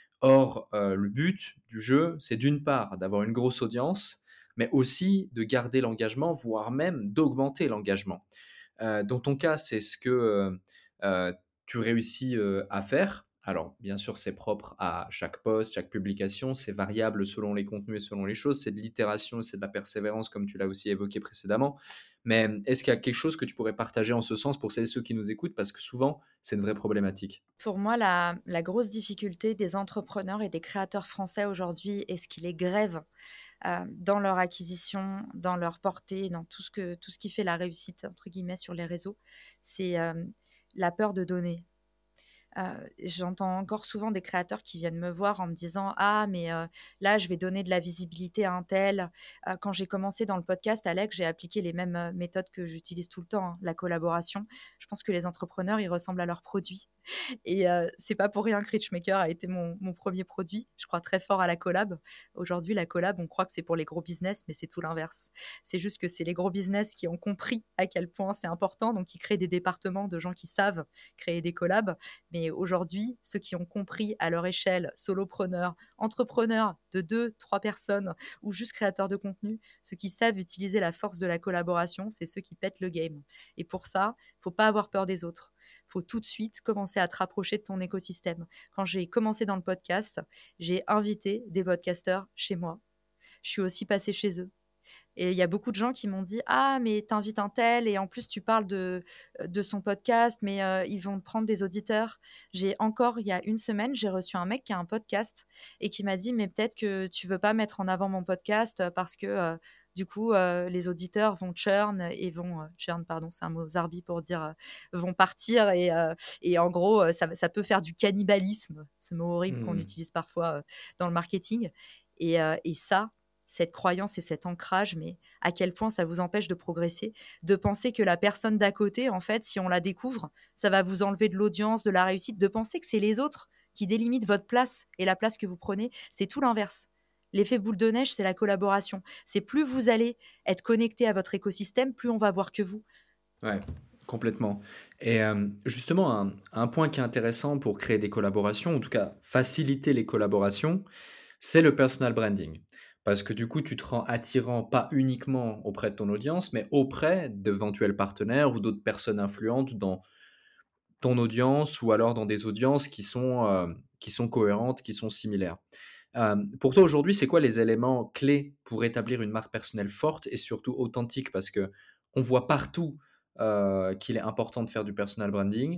Or, heu, le but du jeu, c'est d'une part d'avoir une grosse audience, mais aussi de garder l'engagement, voire même d'augmenter l'engagement. Heu, dans ton cas, c'est ce que, heu heu, tu réussis, heu, à faire. Alors, bien sûr, c'est propre à chaque post, chaque publication, c'est variable selon les contenus et selon les choses. C'est de l'itération, c'est de la persévérance, comme tu l'as aussi évoqué précédemment. Mais, mmh, est-ce qu'il y a quelque chose que tu pourrais partager en ce sens pour celles et ceux qui nous écoutent? Parce que souvent, c'est une vraie problématique. Pour moi, la, la grosse difficulté des entrepreneurs et des créateurs français aujourd'hui est ce qui les grève euh, dans leur acquisition, dans leur portée, dans tout ce, que, tout ce qui fait la réussite, entre guillemets, sur les réseaux, c'est euh, la peur de donner. Euh, j'entends encore souvent des créateurs qui viennent me voir en me disant ah mais euh, là je vais donner de la visibilité à un tel. Euh, quand j'ai commencé dans le podcast Alex, j'ai appliqué les mêmes euh, méthodes que j'utilise tout le temps, hein, la collaboration. Je pense que les entrepreneurs ils ressemblent à leurs produits et euh, c'est pas pour rien que Richmaker a été mon, mon premier produit. Je crois très fort à la collab. Aujourd'hui la collab on croit que c'est pour les gros business mais c'est tout l'inverse. C'est juste que c'est les gros business qui ont compris à quel point c'est important, donc qui créent des départements de gens qui savent créer des collabs. Mais aujourd'hui, ceux qui ont compris à leur échelle, solopreneurs, entrepreneurs de deux, trois personnes ou juste créateurs de contenu, ceux qui savent utiliser la force de la collaboration, c'est ceux qui pètent le game. Et pour ça, il ne faut pas avoir peur des autres. Il faut tout de suite commencer à te rapprocher de ton écosystème. Quand j'ai commencé dans le podcast, j'ai invité des podcasteurs chez moi. Je suis aussi passée chez eux. Et il y a beaucoup de gens qui m'ont dit ah mais t'invites un tel et en plus tu parles de de son podcast mais euh, ils vont prendre des auditeurs. J'ai encore il y a une semaine j'ai reçu un mec qui a un podcast et qui m'a dit mais peut-être que tu veux pas mettre en avant mon podcast euh, parce que euh, du coup euh, les auditeurs vont churn et vont euh, churn pardon c'est un mot zarbi pour dire euh, vont partir et euh, et en gros euh, ça ça peut faire du cannibalisme, ce mot horrible qu'on Mmh. utilise parfois euh, dans le marketing et euh, et ça cette croyance et cet ancrage, mais à quel point ça vous empêche de progresser, de penser que la personne d'à côté, en fait, si on la découvre, ça va vous enlever de l'audience, de la réussite, de penser que c'est les autres qui délimitent votre place et la place que vous prenez, c'est tout l'inverse. L'effet boule de neige, c'est la collaboration. C'est plus vous allez être connecté à votre écosystème, plus on va voir que vous. Ouais, complètement. Et euh, justement, un, un point qui est intéressant pour créer des collaborations, en tout cas faciliter les collaborations, c'est le personal branding. Parce que du coup, tu te rends attirant pas uniquement auprès de ton audience, mais auprès d'éventuels partenaires ou d'autres personnes influentes dans ton audience ou alors dans des audiences qui sont, euh, qui sont cohérentes, qui sont similaires. Euh, pour toi aujourd'hui, c'est quoi les éléments clés pour établir une marque personnelle forte et surtout authentique? Parce que on voit partout euh, qu'il est important de faire du personal branding.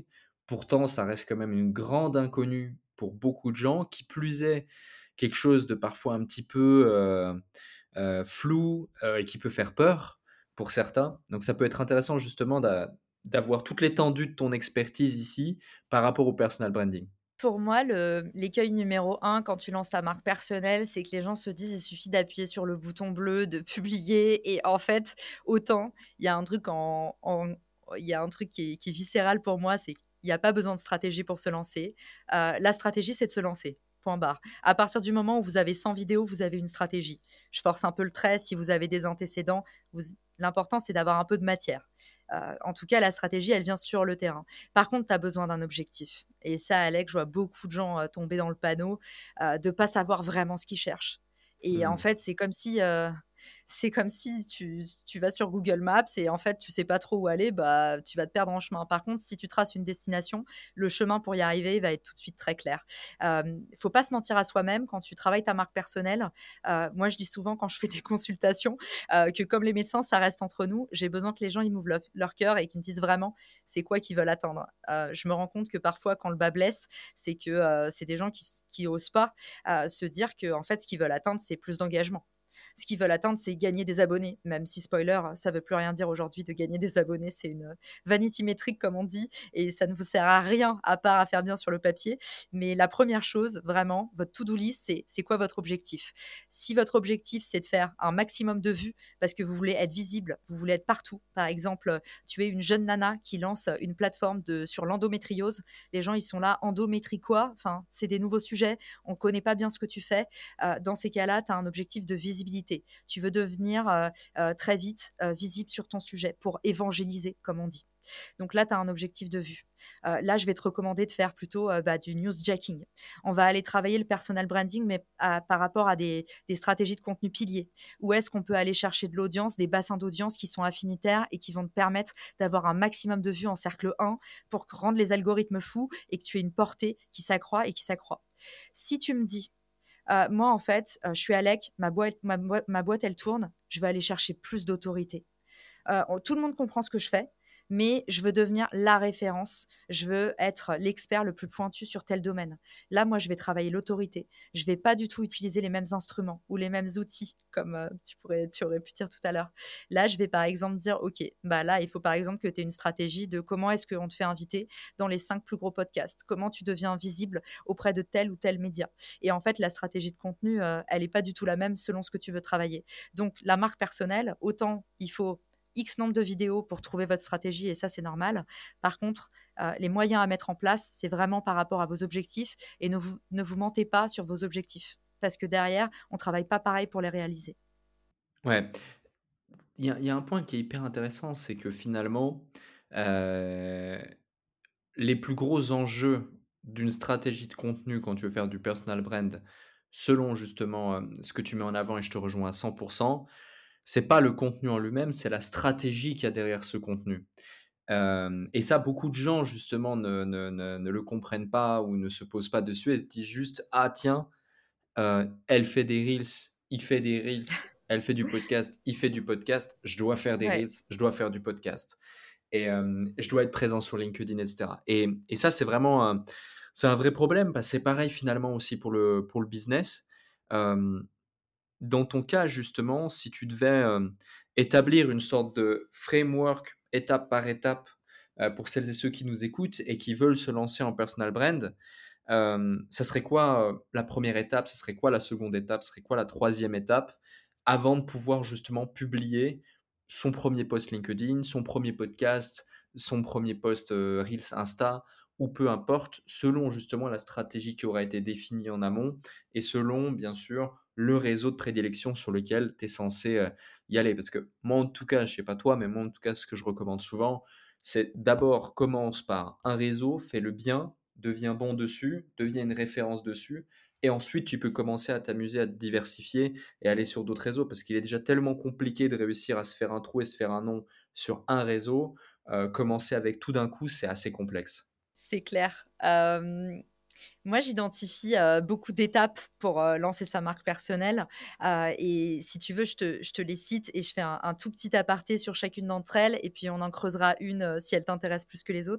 Pourtant, ça reste quand même une grande inconnue pour beaucoup de gens. Qui plus est, quelque chose de parfois un petit peu, heu heu, flou, heu, et qui peut faire peur pour certains. Donc ça peut être intéressant justement d'a d'avoir toute l'étendue de ton expertise ici par rapport au personal branding. Pour moi, le l'écueil numéro un quand tu lances ta marque personnelle, c'est que les gens se disent: «Il suffit d'appuyer sur le bouton bleu, de publier» et en fait, autant il y a un truc en en il y a un truc qui est qui est viscéral pour moi, c'est qu'il y a pas besoin de stratégie pour se lancer. Heu, la stratégie, c'est de se lancer, point barre. À partir du moment où vous avez cent vidéos, vous avez une stratégie. Je force un peu le trait, si vous avez des antécédents, vous l'important, c'est d'avoir un peu de matière. Heu, en tout cas, la stratégie, elle vient sur le terrain. Par contre, tu as besoin d'un objectif et ça, Alec, je vois beaucoup de gens, heu, tomber dans le panneau, heu, de pas savoir vraiment ce qu'ils cherchent et en Mmh. fait, c'est comme si, heu, c'est comme si tu tu vas sur Google Maps et en fait, tu sais pas trop où aller, bah, tu vas te perdre en chemin. Par contre, si tu traces une destination, le chemin pour y arriver va être tout de suite très clair. Hem, il faut pas se mentir à soi-même quand tu travailles ta marque personnelle. Heu, moi, je dis souvent quand je fais des consultations, heu, que comme les médecins, ça reste entre nous. J'ai besoin que les gens, ils m'ouvrent leur leur cœur et qu'ils me disent vraiment c'est quoi qu'ils veulent atteindre. Heu, je me rends compte que parfois, quand le bas blesse, c'est que, heu, c'est des gens qui s qui osent pas, heu, se dire que en fait, ce qu'ils veulent atteindre, c'est plus d'engagement. Ce qu'ils veulent atteindre, c'est gagner des abonnés, même si spoiler, ça veut plus rien dire aujourd'hui de gagner des abonnés, c'est une, heu, vanity métrique comme on dit et ça ne vous sert à rien à part à faire bien sur le papier. Mais la première chose, vraiment, votre to do list, c'est c'est quoi votre objectif? Si votre objectif, c'est de faire un maximum de vues parce que vous voulez être visible, vous voulez être partout. Par exemple, tu es une jeune nana qui lance une plateforme de sur l'endométriose. Les gens, ils sont là: «Endométrie quoi?» Enfin, c'est des nouveaux sujets, on connaît pas bien ce que tu fais. Heu, dans ces cas-là, tu as un objectif de visibilité. Tu veux devenir, heu heu, très vite, heu, visible sur ton sujet pour évangéliser, comme on dit. Donc là, tu as un objectif de vue. Heu, là, je vais te recommander de faire plutôt, heu, bah, du newsjacking. On va aller travailler le personal branding, mais à par rapport à des des stratégies de contenu piliers. Où est-ce qu'on peut aller chercher de l'audience, des bassins d'audience qui sont affinitaires et qui vont te permettre d'avoir un maximum de vues en cercle un pour rendre les algorithmes fous et que tu aies une portée qui s'accroît et qui s'accroît. Si tu me dis: Heu, moi, en fait, heu, je suis Alec, ma boîte ma boîte ma boîte, elle tourne, je vais aller chercher plus d'autorité. Heu, on tout le monde comprend ce que je fais, mais je veux devenir la référence. Je veux être l'expert le plus pointu sur tel domaine. Là, moi, je vais travailler l'autorité. Je vais pas du tout utiliser les mêmes instruments ou les mêmes outils comme, heu, tu pourrais tu aurais pu dire tout à l'heure. Là, je vais par exemple dire: «OK, bah, là, il faut par exemple que tu aies une stratégie de comment est-ce qu'on te fait inviter dans les cinq plus gros podcasts? Comment tu deviens visible auprès de tel ou tel média?» Et en fait, la stratégie de contenu, heu, elle est pas du tout la même selon ce que tu veux travailler. Donc la marque personnelle, autant il faut X nombre de vidéos pour trouver votre stratégie et ça, c'est normal. Par contre, heu, les moyens à mettre en place, c'est vraiment par rapport à vos objectifs et ne vous ne vous mentez pas sur vos objectifs. Parce que derrière, on travaille pas pareil pour les réaliser. Ouais, il y a il y a un point qui est hyper intéressant, c'est que finalement, heu, les plus gros enjeux d'une stratégie de contenu quand tu veux faire du personal brand, selon justement, hem, ce que tu mets en avant et je te rejoins à cent pour cent, c'est pas le contenu en lui-même, c'est la stratégie qu'il y a derrière ce contenu. Hem et ça, beaucoup de gens justement ne ne ne ne le comprennent pas ou ne se posent pas dessus et se disent juste: «Ah tiens, heu, elle fait des reels, il fait des reels, elle fait du podcast, il fait du podcast, je dois faire des Ouais, reels, je dois faire du podcast et hem, je dois être présent sur LinkedIn» et cetera et et ça, c'est vraiment un c'est un vrai problème parce que c'est pareil finalement aussi pour le pour le business. Hem, dans ton cas justement, si tu devais, hem, établir une sorte de framework étape par étape, heu, pour celles et ceux qui nous écoutent et qui veulent se lancer en personal brand, Hem, ça serait quoi, heu, la première étape? Ça serait quoi la seconde étape? Ça serait quoi la troisième étape? Avant de pouvoir justement publier son premier post LinkedIn, son premier podcast, son premier post, heu, reels Insta ou peu importe, selon justement la stratégie qui aura été définie en amont et selon bien sûr le réseau de prédilection sur lequel tu es censé, heu, y aller. Parce que moi en tout cas, je sais pas toi, mais moi en tout cas ce que je recommande souvent, c'est d'abord commence par un réseau, fais le bien, deviens bon dessus, deviens une référence dessus et ensuite tu peux commencer à t'amuser à te diversifier et aller sur d'autres réseaux parce qu'il est déjà tellement compliqué de réussir à se faire un trou et se faire un nom sur un réseau, heu, commencer avec tout d'un coup, c'est assez complexe. c'est clair. Hem, moi, j'identifie, heu, beaucoup d'étapes pour, heu, lancer sa marque personnelle, heu et si tu veux, je te je te les cite et je fais un un tout petit aparté sur chacune d'entre elles et puis on en creusera une, heu, si elle t'intéresse plus que les autres.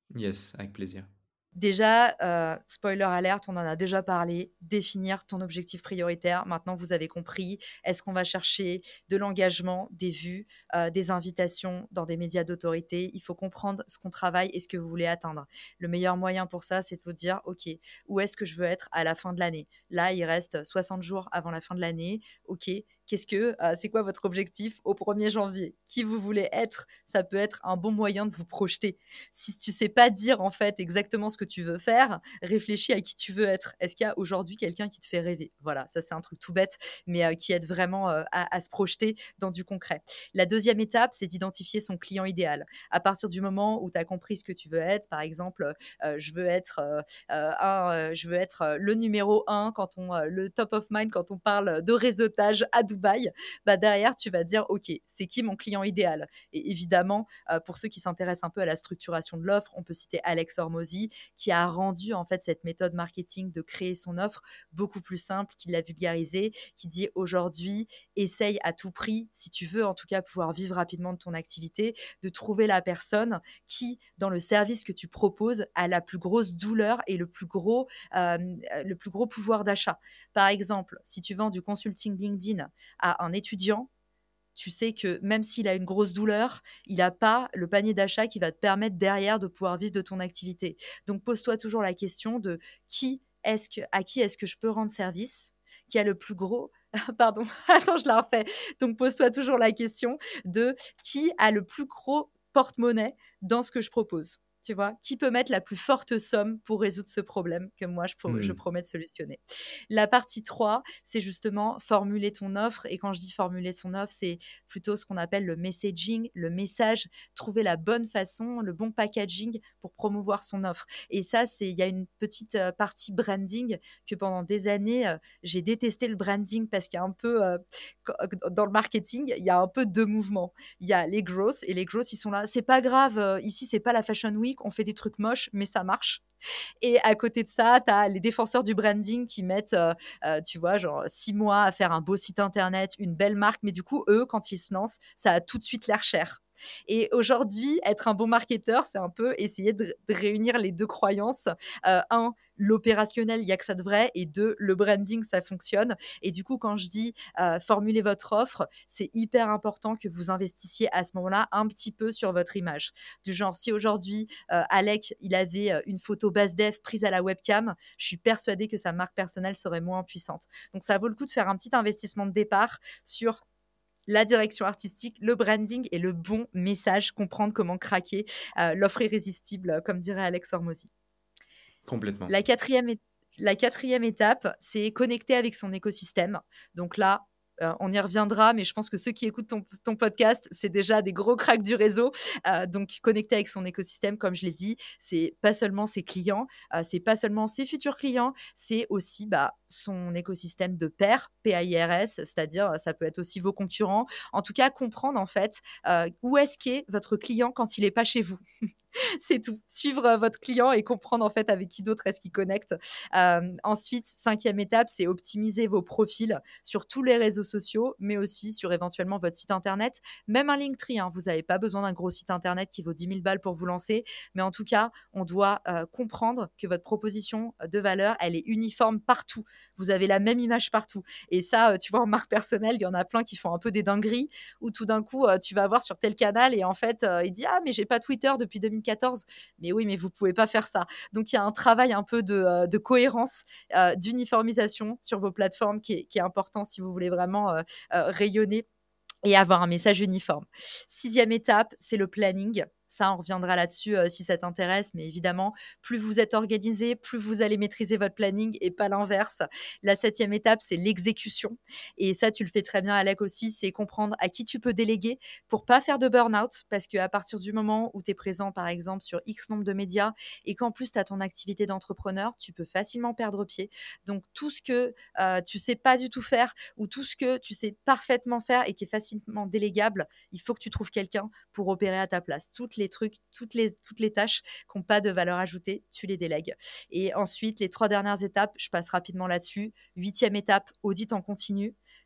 Yes, avec plaisir. Déjà, heu, spoiler alert, on en a déjà parlé, définir ton objectif prioritaire. Maintenant, vous avez compris. Est-ce qu'on va chercher de l'engagement, des vues, heu, des invitations dans des médias d'autorité? Il faut comprendre ce qu'on travaille et ce que vous voulez atteindre. Le meilleur moyen pour ça, c'est de vous dire: «OK, où est-ce que je veux être à la fin de l'année?» Là, il reste soixante jours avant la fin de l'année. OK, qu'est-ce que, heu, c'est quoi votre objectif au premier janvier? Qui vous voulez être? Ça peut être un bon moyen de vous projeter. Si tu sais pas dire en fait exactement ce que tu veux faire, réfléchis à qui tu veux être. Est-ce qu'il y a aujourd'hui quelqu'un qui te fait rêver? Voilà, ça c'est un truc tout bête, mais heu, qui aide vraiment, heu, à à se projeter dans du concret. La deuxième étape, c'est d'identifier son client idéal. À partir du moment où tu as compris ce que tu veux être, par exemple, heu je veux être, heu heu, un, heu, je veux être, heu, le numéro un quand on, heu, le top of mind quand on parle de réseautage à Dubaï, bah, derrière tu vas te dire: «OK, c'est qui mon client idéal?» Et évidemment, heu, pour ceux qui s'intéressent un peu à la structuration de l'offre, on peut citer Alex Hormozy qui a rendu en fait cette méthode marketing de créer son offre beaucoup plus simple, qui l'a vulgarisée, qui dit aujourd'hui, essaye à tout prix, si tu veux en tout cas pouvoir vivre rapidement de ton activité, de trouver la personne qui, dans le service que tu proposes, a la plus grosse douleur et le plus gros, hem, le plus gros pouvoir d'achat. Par exemple, si tu vends du consulting LinkedIn à un étudiant, tu sais que même s'il a une grosse douleur, il n'a pas le panier d'achat qui va te permettre derrière de pouvoir vivre de ton activité. Donc pose-toi toujours la question de qui est-ce que, à qui est-ce que je peux rendre service, qui a le plus gros. Pardon, attends, je la refais. Donc pose-toi toujours la question de qui a le plus gros porte-monnaie dans ce que je propose. Tu vois, qui peut mettre la plus forte somme pour résoudre ce problème que moi je, pro- je Mmh. promets de solutionner. La partie trois, c'est justement formuler ton offre. Et quand je dis formuler son offre, c'est plutôt ce qu'on appelle le messaging, le message, trouver la bonne façon, le bon packaging pour promouvoir son offre. Et ça, c'est, il y a une petite euh, partie branding que pendant des années, euh, j'ai détesté le branding parce qu'il y a un peu, euh, dans le marketing, il y a un peu deux mouvements. Il y a les grosses et les grosses, ils sont là. C'est pas grave, euh, ici, c'est pas la Fashion Week, on fait des trucs moches, mais ça marche. Et à côté de ça, tu as les défenseurs du branding qui mettent, euh, euh, tu vois, genre six mois à faire un beau site internet, une belle marque. Mais du coup, eux, quand ils se lancent, ça a tout de suite l'air cher. Et aujourd'hui, être un bon marketeur, c'est un peu essayer de, de réunir les deux croyances. Euh, un, l'opérationnel, il n'y a que ça de vrai. Et deux, le branding, ça fonctionne. Et du coup, quand je dis euh, formuler votre offre, c'est hyper important que vous investissiez à ce moment-là un petit peu sur votre image. Du genre, si aujourd'hui, euh, Alec, il avait euh, une photo base dev prise à la webcam, je suis persuadée que sa marque personnelle serait moins puissante. Donc, ça vaut le coup de faire un petit investissement de départ sur la direction artistique, le branding et le bon message, comprendre comment craquer euh, l'offre irrésistible, comme dirait Alex Hormozy. Complètement. La quatrième, é- la quatrième étape, c'est connecter avec son écosystème. Donc là, euh, on y reviendra, mais je pense que ceux qui écoutent ton, ton podcast, c'est déjà des gros cracks du réseau. Euh, donc, connecter avec son écosystème, comme je l'ai dit, c'est pas seulement ses clients, euh, c'est pas seulement ses futurs clients, c'est aussi bah, son écosystème de pairs, P A I R S, c'est-à-dire ça peut être aussi vos concurrents. En tout cas, comprendre en fait euh, où est-ce qu'est votre client quand il n'est pas chez vous. C'est tout. Suivre euh, votre client et comprendre en fait avec qui d'autre est-ce qu'il connecte. Euh, ensuite, cinquième étape, c'est optimiser vos profils sur tous les réseaux sociaux, mais aussi sur éventuellement votre site internet, même un Linktree. Hein. Vous n'avez pas besoin d'un gros site internet qui vaut dix mille balles pour vous lancer, mais en tout cas, on doit euh, comprendre que votre proposition de valeur, elle est uniforme partout. Vous avez la même image partout. Et ça, euh, tu vois, en marque personnelle, il y en a plein qui font un peu des dingueries, où tout d'un coup, euh, tu vas voir sur tel canal et en fait, euh, il dit ah mais j'ai pas Twitter depuis deux mille quatorze. Mais oui, mais vous pouvez pas faire ça. Donc il y a un travail un peu de, euh, de cohérence, euh, d'uniformisation sur vos plateformes qui est, qui est important si vous voulez vraiment euh, euh, rayonner et avoir un message uniforme. Sixième étape, c'est le planning. Ça, on reviendra là-dessus euh, si ça t'intéresse, mais évidemment, plus vous êtes organisé, plus vous allez maîtriser votre planning et pas l'inverse. La septième étape, c'est l'exécution. Et ça, tu le fais très bien, Alec, aussi, c'est comprendre à qui tu peux déléguer pour pas faire de burn-out, parce qu'à partir du moment où tu es présent, par exemple, sur X nombre de médias et qu'en plus, tu as ton activité d'entrepreneur, tu peux facilement perdre pied. Donc, tout ce que euh, tu sais pas du tout faire ou tout ce que tu sais parfaitement faire et qui est facilement délégable, il faut que tu trouves quelqu'un pour opérer à ta place. Toutes les trucs, toutes les, toutes les tâches qui n'ont pas de valeur ajoutée, tu les délègues. Et ensuite, les trois dernières étapes, je passe rapidement là-dessus. Huitième étape, audit en continu.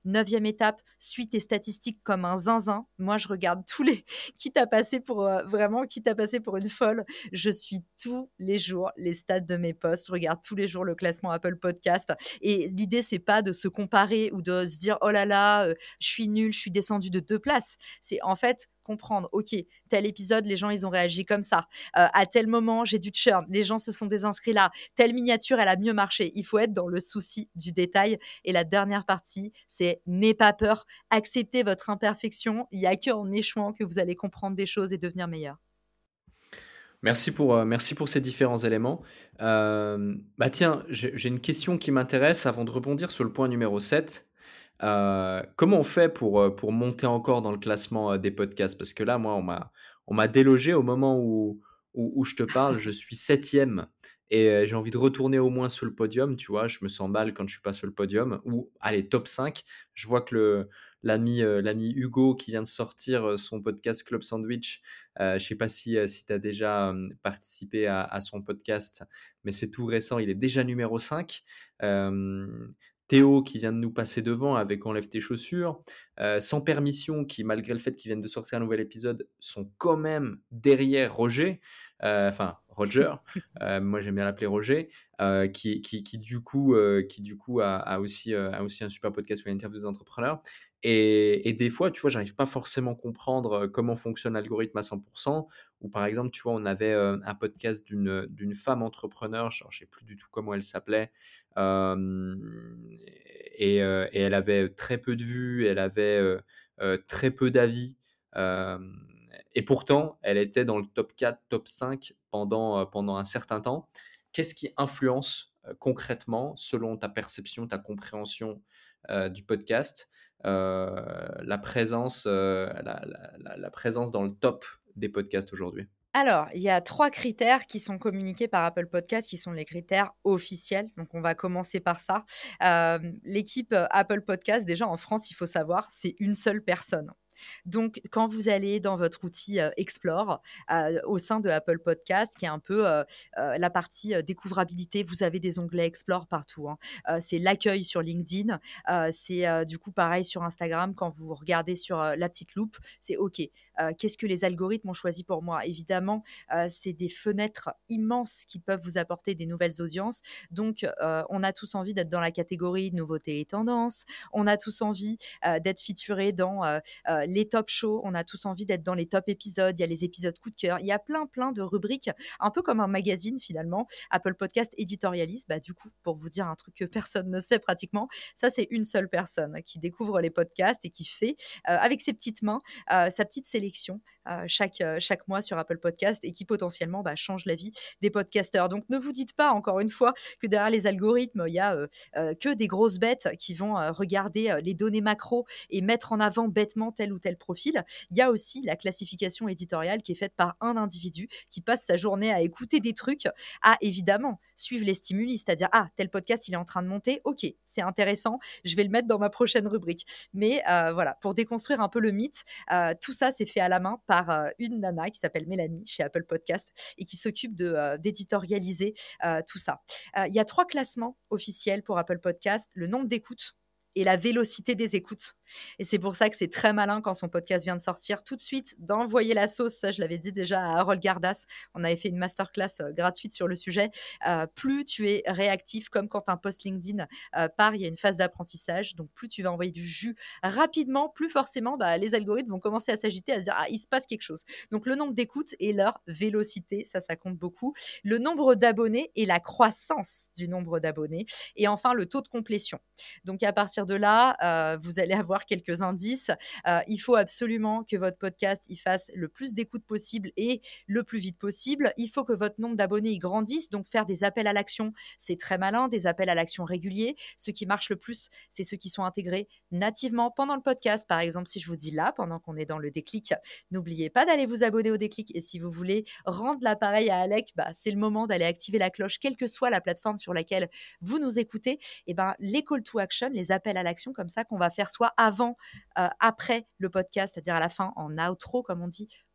Neuvième étape, suis tes statistiques comme un zinzin. Moi, je regarde tous les... Quitte à passer pour... euh, vraiment, quitte à passer pour une folle, je suis tous les jours les stats de mes posts. Je regarde tous les jours le classement Apple Podcast. Et l'idée, c'est pas de se comparer ou de se dire « Oh là là, euh, je suis nulle, je suis descendue de deux places. » C'est en fait comprendre, ok, tel épisode, les gens, ils ont réagi comme ça. Euh, à tel moment, j'ai du churn, les gens se sont désinscrits là. Telle miniature, elle a mieux marché. Il faut être dans le souci du détail. Et la dernière partie, c'est n'aie pas peur, acceptez votre imperfection. Il n'y a qu'en échouant que vous allez comprendre des choses et devenir meilleur. Merci pour, euh, merci pour ces différents éléments. Euh, bah tiens, j'ai j'ai une question qui m'intéresse avant de rebondir sur le point numéro sept. Euh, comment on fait pour, euh, pour monter encore dans le classement euh, des podcasts? Parce que là, moi, on m'a, on m'a délogé au moment où, où, où je te parle. Je suis septième et euh, j'ai envie de retourner au moins sur le podium. Tu vois, je me sens mal quand je suis pas sur le podium. Ou, allez, top cinq. Je vois que le, l'ami, euh, l'ami Hugo qui vient de sortir euh, son podcast Club Sandwich, euh, je sais pas si, euh, si tu as déjà euh, participé à, à son podcast, mais c'est tout récent. Il est déjà numéro cinq. Euh, Théo qui vient de nous passer devant avec Enlève tes chaussures, euh, Sans permission qui, malgré le fait qu'ils viennent de sortir un nouvel épisode, sont quand même derrière Roger, euh, enfin Roger, euh, moi j'aime bien l'appeler Roger, euh, qui, qui, qui du coup, euh, qui du coup a, a aussi, euh, a aussi un super podcast où il interview des entrepreneurs. Et, et des fois, tu vois, j'arrive pas forcément à comprendre euh, comment fonctionne l'algorithme à cent pour cent. Ou par exemple, tu vois, on avait euh, un podcast d'une, d'une femme entrepreneur, je ne sais plus du tout comment elle s'appelait, euh, et, euh, et elle avait très peu de vues, elle avait euh, euh, très peu d'avis. euh, et pourtant, elle était dans le top quatre, top cinq pendant, euh, pendant un certain temps. Qu'est-ce qui influence euh, concrètement, selon ta perception, ta compréhension euh, du podcast, euh, la présence, euh, la, la- la- la présence dans le top des podcasts aujourd'hui? Alors, il y a trois critères qui sont communiqués par Apple Podcast, qui sont les critères officiels. Donc, on va commencer par ça. Hem, l'équipe, heu, Apple Podcast, déjà en France, il faut savoir, c'est une seule personne. Donc, quand vous allez dans votre outil, heu, Explore, heu, au sein de Apple Podcast, qui est un peu, heu heu, la partie, heu, découvrabilité, vous avez des onglets Explore partout, hein. Heu, c'est l'accueil sur LinkedIn, heu, c'est, heu, du coup pareil sur Instagram quand vous regardez sur, heu, la petite loupe, c'est OK. Heu, qu'est-ce que les algorithmes ont choisi pour moi? Évidemment, heu, c'est des fenêtres immenses qui peuvent vous apporter des nouvelles audiences. Donc, heu, on a tous envie d'être dans la catégorie nouveautés et tendances. On a tous envie, heu, d'être featurés dans, heu heu, les top shows. On a tous envie d'être dans les top épisodes. Il y a les épisodes coup de cœur. Il y a plein, plein de rubriques, un peu comme un magazine finalement. Apple Podcast éditorialise, bah, du coup, pour vous dire un truc que personne ne sait pratiquement, ça, c'est une seule personne qui découvre les podcasts et qui fait, heu, avec ses petites mains, heu, sa petite sélection euh, chaque, euh, chaque mois sur Apple Podcast et qui potentiellement bah, change la vie des podcasteurs. Donc ne vous dites pas, encore une fois, que derrière les algorithmes, il y a euh, euh, que des grosses bêtes qui vont euh, regarder euh, les données macro et mettre en avant bêtement tel ou tel profil. Il y a aussi la classification éditoriale qui est faite par un individu qui passe sa journée à écouter des trucs, à évidemment suivre les stimuli, c'est-à-dire ah, tel podcast il est en train de monter, ok, c'est intéressant, je vais le mettre dans ma prochaine rubrique. Mais euh, voilà, pour déconstruire un peu le mythe, euh, tout ça c'est fait à la main par euh, une nana qui s'appelle Mélanie chez Apple Podcast et qui s'occupe de, euh, d'éditorialiser euh, tout ça. Euh, Il y a trois classements officiels pour Apple Podcast, le nombre d'écoutes et la vélocité des écoutes. Et c'est pour ça que c'est très malin quand son podcast vient de sortir, tout de suite d'envoyer la sauce. Ça, je l'avais dit déjà à Harold Gardas. On avait fait une masterclass euh, gratuite sur le sujet. Euh, plus tu es réactif, comme quand un post LinkedIn euh, part, il y a une phase d'apprentissage. Donc, plus tu vas envoyer du jus rapidement, plus forcément, bah, les algorithmes vont commencer à s'agiter, à se dire, ah, il se passe quelque chose. Donc, le nombre d'écoutes et leur vélocité, ça, ça compte beaucoup. Le nombre d'abonnés et la croissance du nombre d'abonnés. Et enfin, le taux de complétion. Donc, à partir de là, euh, vous allez avoir quelques indices. Euh, il faut absolument que votre podcast il fasse le plus d'écoutes possible et le plus vite possible. Il faut que votre nombre d'abonnés il grandisse. Donc, faire des appels à l'action, c'est très malin. Des appels à l'action réguliers. Ce qui marche le plus, c'est ceux qui sont intégrés nativement pendant le podcast. Par exemple, si je vous dis là, pendant qu'on est dans le déclic, n'oubliez pas d'aller vous abonner au déclic. Et si vous voulez rendre l'appareil à Alec, bah, c'est le moment d'aller activer la cloche, quelle que soit la plateforme sur laquelle vous nous écoutez. Et ben, les call to action, les appels à l'action comme ça qu'on va faire soit avant, euh, après le podcast, c'est-à-dire à la fin en outro comme on dit, ou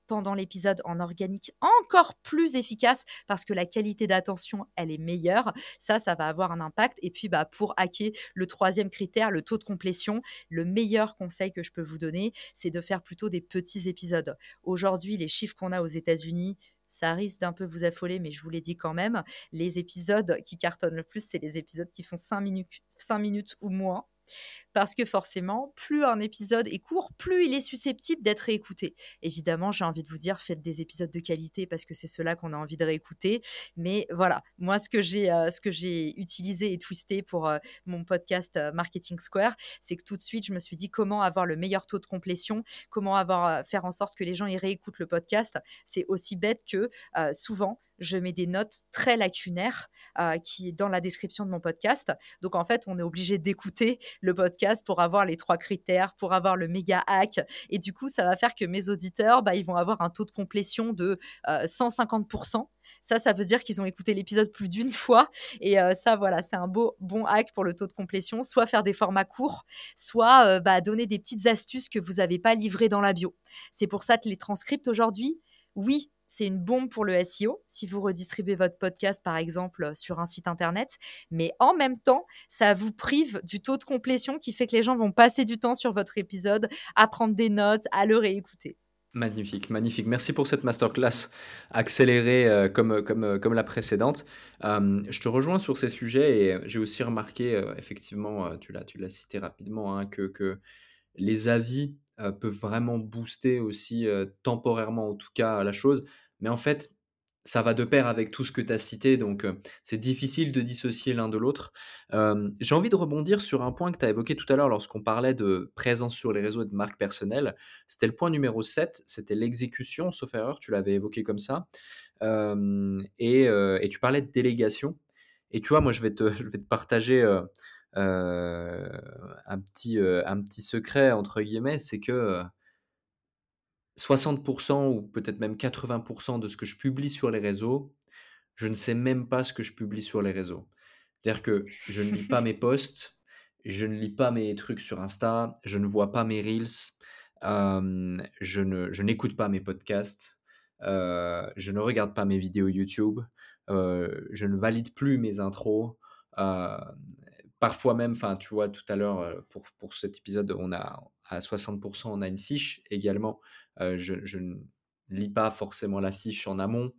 pendant l'épisode en organique encore plus efficace parce que la qualité d'attention, elle est meilleure. Ça, ça va avoir un impact. Et puis, bah, pour hacker le troisième critère, le taux de complétion, le meilleur conseil que je peux vous donner, c'est de faire plutôt des petits épisodes. Aujourd'hui, les chiffres qu'on a aux États-Unis, ça risque d'un peu vous affoler, mais je vous l'ai dit quand même, les épisodes qui cartonnent le plus, c'est les épisodes qui font cinq minutes, cinq minutes ou moins. Parce que forcément, plus un épisode est court, plus il est susceptible d'être réécouté. Évidemment, j'ai envie de vous dire, faites des épisodes de qualité parce que c'est ceux-là qu'on a envie de réécouter. Mais voilà, moi, ce que j'ai, euh, ce que j'ai utilisé et twisté pour euh, mon podcast euh, Marketing Square, c'est que tout de suite, je me suis dit comment avoir le meilleur taux de complétion, comment avoir, euh, faire en sorte que les gens y réécoutent le podcast. C'est aussi bête que euh, souvent, je mets des notes très lacunaires euh, qui dans la description de mon podcast. Donc, en fait, on est obligé d'écouter le podcast pour avoir les trois critères, pour avoir le méga hack. Et du coup, ça va faire que mes auditeurs, bah, ils vont avoir un taux de complétion de euh, cent cinquante pour cent. Ça, ça veut dire qu'ils ont écouté l'épisode plus d'une fois. Et euh, ça, voilà, c'est un beau, bon hack pour le taux de complétion. Soit faire des formats courts, soit euh, bah, donner des petites astuces que vous n'avez pas livrées dans la bio. C'est pour ça que les transcripts aujourd'hui, oui, c'est une bombe pour le S E O si vous redistribuez votre podcast, par exemple, sur un site internet. Mais en même temps, ça vous prive du taux de complétion qui fait que les gens vont passer du temps sur votre épisode, à prendre des notes, à le réécouter. Magnifique, magnifique. Merci pour cette masterclass accélérée euh, comme, comme, euh, comme la précédente. Euh, je te rejoins sur ces sujets et j'ai aussi remarqué, euh, effectivement, euh, tu l'as, tu l'as cité rapidement, hein, que, que les avis euh, peuvent vraiment booster aussi, euh, temporairement en tout cas, la chose. Mais en fait, ça va de pair avec tout ce que tu as cité, donc euh, c'est difficile de dissocier l'un de l'autre. Euh, j'ai envie de rebondir sur un point que tu as évoqué tout à l'heure lorsqu'on parlait de présence sur les réseaux et de marque personnelle. C'était le point numéro sept, c'était l'exécution, sauf erreur, tu l'avais évoqué comme ça. Euh, et, euh, et tu parlais de délégation. Et tu vois, moi, je vais te, je vais te partager euh, euh, un, petit, euh, un petit secret, entre guillemets, c'est que euh, soixante pour cent ou peut-être même quatre-vingts pour cent de ce que je publie sur les réseaux, je ne sais même pas ce que je publie sur les réseaux. C'est-à-dire que je ne lis pas mes posts, je ne lis pas mes trucs sur Insta, je ne vois pas mes reels, euh, je ne, je n'écoute pas mes podcasts, euh, je ne regarde pas mes vidéos YouTube, euh, je ne valide plus mes intros. euh, Parfois même, enfin, tu vois, tout à l'heure, euh, pour, pour cet épisode, on a à soixante pour cent, on a une fiche également. Euh, je, je ne lis pas forcément la fiche en amont.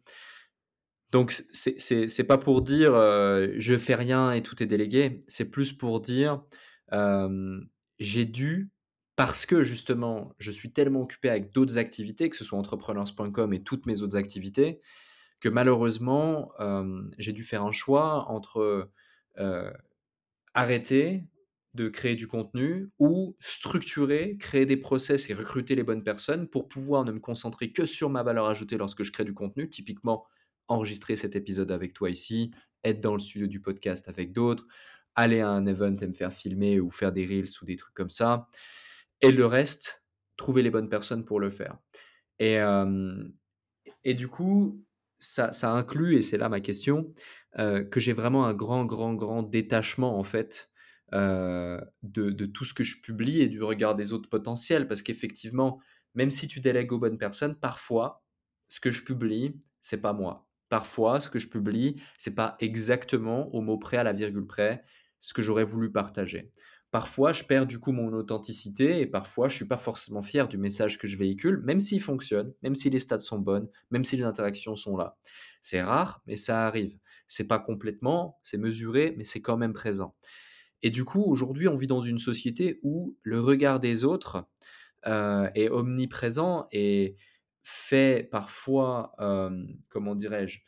Donc, c'est c'est c'est pas pour dire euh, je fais rien et tout est délégué. C'est plus pour dire euh, j'ai dû, parce que justement, je suis tellement occupé avec d'autres activités, que ce soit entrepreneurs point com et toutes mes autres activités, que malheureusement, euh, j'ai dû faire un choix entre euh, arrêter de créer du contenu ou structurer, créer des process et recruter les bonnes personnes pour pouvoir ne me concentrer que sur ma valeur ajoutée lorsque je crée du contenu, typiquement enregistrer cet épisode avec toi ici, être dans le studio du podcast avec d'autres, aller à un event et me faire filmer ou faire des reels ou des trucs comme ça. Et le reste, trouver les bonnes personnes pour le faire. Et, euh, et du coup, ça, ça inclut, et c'est là ma question, euh, que j'ai vraiment un grand, grand, grand détachement en fait euh, de, de tout ce que je publie et du regard des autres potentiels. Parce qu'effectivement, même si tu délègues aux bonnes personnes, parfois, ce que je publie, c'est pas moi. Parfois, ce que je publie, c'est pas exactement au mot près, à la virgule près, ce que j'aurais voulu partager. Parfois, je perds du coup mon authenticité et parfois, je suis pas forcément fier du message que je véhicule, même s'il fonctionne, même si les stats sont bonnes, même si les interactions sont là. C'est rare, mais ça arrive. C'est pas complètement, c'est mesuré, mais c'est quand même présent. Et du coup, aujourd'hui, on vit dans une société où le regard des autres euh, est omniprésent et fait parfois, euh, comment dirais-je,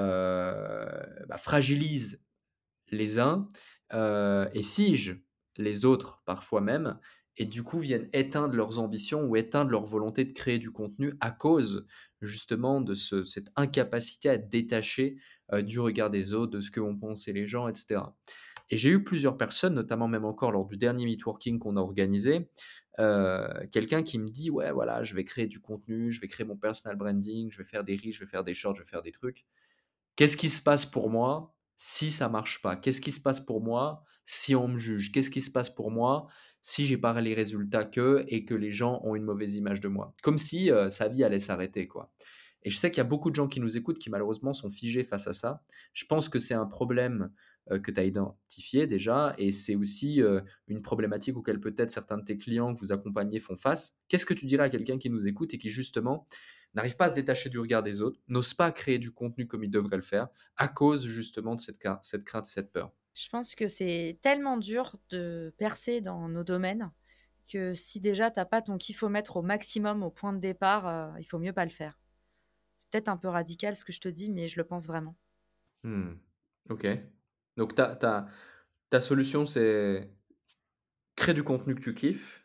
euh, bah, fragilise les uns euh, et figent les autres parfois même, et du coup viennent éteindre leurs ambitions ou éteindre leur volonté de créer du contenu à cause justement de ce, cette incapacité à être détaché euh, du regard des autres, de ce que vont penser les gens, et cetera. Et j'ai eu plusieurs personnes, notamment même encore lors du dernier networking qu'on a organisé, euh, quelqu'un qui me dit ouais voilà je vais créer du contenu, je vais créer mon personal branding, je vais faire des reels, je vais faire des shorts, je vais faire des trucs. Qu'est-ce qui se passe pour moi si ça marche pas? Qu'est-ce qui se passe pour moi si on me juge? Qu'est-ce qui se passe pour moi si j'ai pas les résultats qu'eux et que les gens ont une mauvaise image de moi? Comme si, heu, sa vie allait s'arrêter, quoi. Et je sais qu'il y a beaucoup de gens qui nous écoutent qui malheureusement sont figés face à ça. Je pense que c'est un problème, heu, que tu as identifié déjà et c'est aussi, heu, une problématique auquel peut-être certains de tes clients que vous accompagnez font face. Qu'est-ce que tu dirais à quelqu'un qui nous écoute et qui justement n'arrive pas à se détacher du regard des autres, n'ose pas créer du contenu comme il devrait le faire, à cause justement de cette crain cette crainte et cette peur? Je pense que c'est tellement dur de percer dans nos domaines que si déjà tu as pas ton kiffomètre au maximum au point de départ, heu, il faut mieux pas le faire. C'est peut-être un peu radical ce que je te dis, mais je le pense vraiment. Mmh. OK. Donc ta ta ta solution, c'est crée du contenu que tu kiffes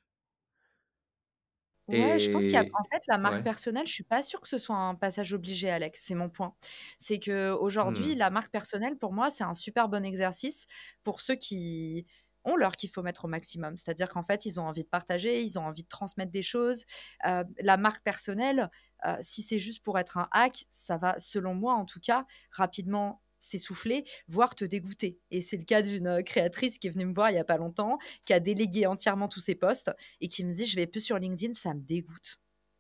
Ouais, je pense qu'il y a et en fait, la marque ouais. personnelle, je suis pas sûre que ce soit un passage obligé, Alex, c'est mon point. C'est qu'aujourd'hui, Mmh. la marque personnelle, pour moi, c'est un super bon exercice pour ceux qui ont leur kiffomètre au maximum. C'est-à-dire qu'en fait, ils ont envie de partager, ils ont envie de transmettre des choses. Heu, la marque personnelle, heu, si c'est juste pour être un hack, ça va, selon moi en tout cas, rapidement s'essouffler, voire te dégoûter. Et c'est le cas d'une, heu, créatrice qui est venue me voir il y a pas longtemps, qui a délégué entièrement tous ses posts et qui me dit: «Je vais plus sur LinkedIn, ça me dégoûte»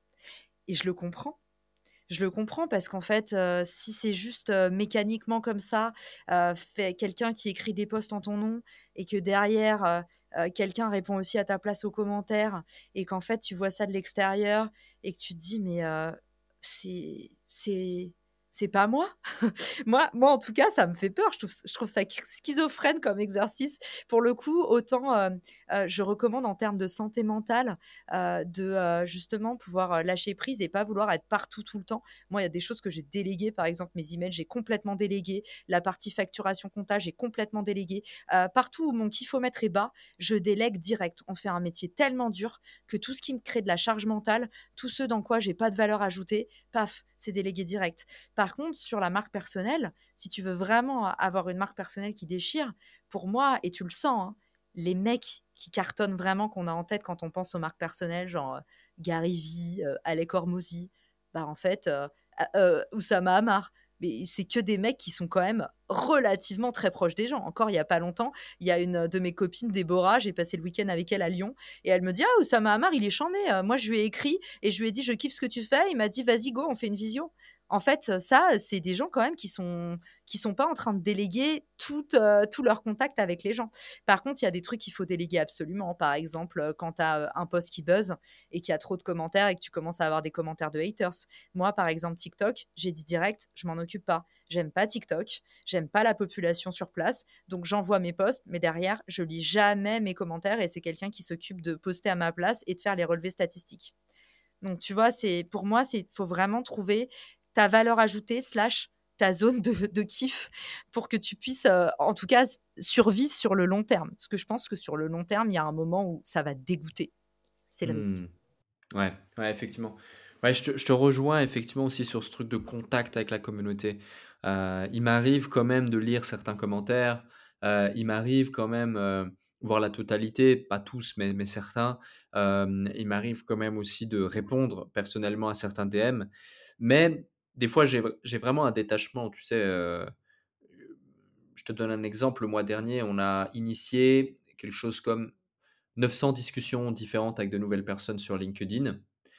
et je le comprends. Je le comprends parce qu'en fait, heu, si c'est juste, heu, mécaniquement comme ça, heu, fait quelqu'un qui écrit des posts en ton nom et que derrière, heu heu, quelqu'un répond aussi à ta place aux commentaires et qu'en fait, tu vois ça de l'extérieur et que tu te dis: «Mais, heu, c'est c'est c'est pas moi». Moi moi, en tout cas, ça me fait peur. Je trouve je trouve ça schizophrène comme exercice. Pour le coup, autant, hem, heu, je recommande en termes de santé mentale, heu, de, heu, justement pouvoir, heu, lâcher prise et pas vouloir être partout tout le temps. Moi, il y a des choses que j'ai déléguées, par exemple mes emails, j'ai complètement délégué. La partie facturation compta, j'ai complètement délégué. Heu, partout où mon kiffomètre est bas, je délègue direct. On fait un métier tellement dur que tout ce qui me crée de la charge mentale, tout ce dans quoi j'ai pas de valeur ajoutée, paf, c'est délégué direct. Par contre, sur la marque personnelle, si tu veux vraiment avoir une marque personnelle qui déchire, pour moi, et tu le sens, hein, les mecs qui cartonnent vraiment, qu'on a en tête quand on pense aux marques personnelles, genre, heu, Gary Vee, heu, Alec Hormozy, bah, en fait, heu, a heu, Oussama Ammar. Mais c'est que des mecs qui sont quand même relativement très proches des gens. Encore il y a pas longtemps, il y a une, de mes copines, Déborah, j'ai passé le week-end avec elle à Lyon et elle me dit: «Ah, Oussama Ammar, il est chambé, heu». Moi, je lui ai écrit et je lui ai dit: «Je kiffe ce que tu fais». Il m'a dit: «Vas-y, go, on fait une visio». En fait, ça, c'est des gens quand même qui sont qui sont pas en train de déléguer tout, heu, tout leur contact avec les gens. Par contre, il y a des trucs qu'il faut déléguer absolument. Par exemple, heu, quand tu as, heu, un post qui buzz et qu'il y a trop de commentaires et que tu commences à avoir des commentaires de haters. Moi, par exemple, TikTok, j'ai dit direct: «Je m'en occupe pas». J'aime pas TikTok, j'aime pas la population sur place, donc j'envoie mes posts, mais derrière, je lis jamais mes commentaires et c'est quelqu'un qui s'occupe de poster à ma place et de faire les relevés statistiques. Donc tu vois, c'est pour moi, c'est faut vraiment trouver ta valeur ajoutée slash ta zone de de kiff pour que tu puisses, heu, en tout cas s survivre sur le long terme. Parce que je pense que sur le long terme, il y a un moment où ça va te dégoûter. C'est le risque. Mmh. Ouais, ouais, effectivement. Ouais, je te je te rejoins effectivement aussi sur ce truc de contact avec la communauté. Heu, il m'arrive quand même de lire certains commentaires, heu, il m'arrive quand même, heu, voir la totalité, pas tous, mais mais certains. Hem, il m'arrive quand même aussi de répondre personnellement à certains D M. Mais des fois, j'ai j'ai vraiment un détachement, tu sais, heu, je te donne un exemple. Le mois dernier, on a initié quelque chose comme neuf cents discussions différentes avec de nouvelles personnes sur LinkedIn.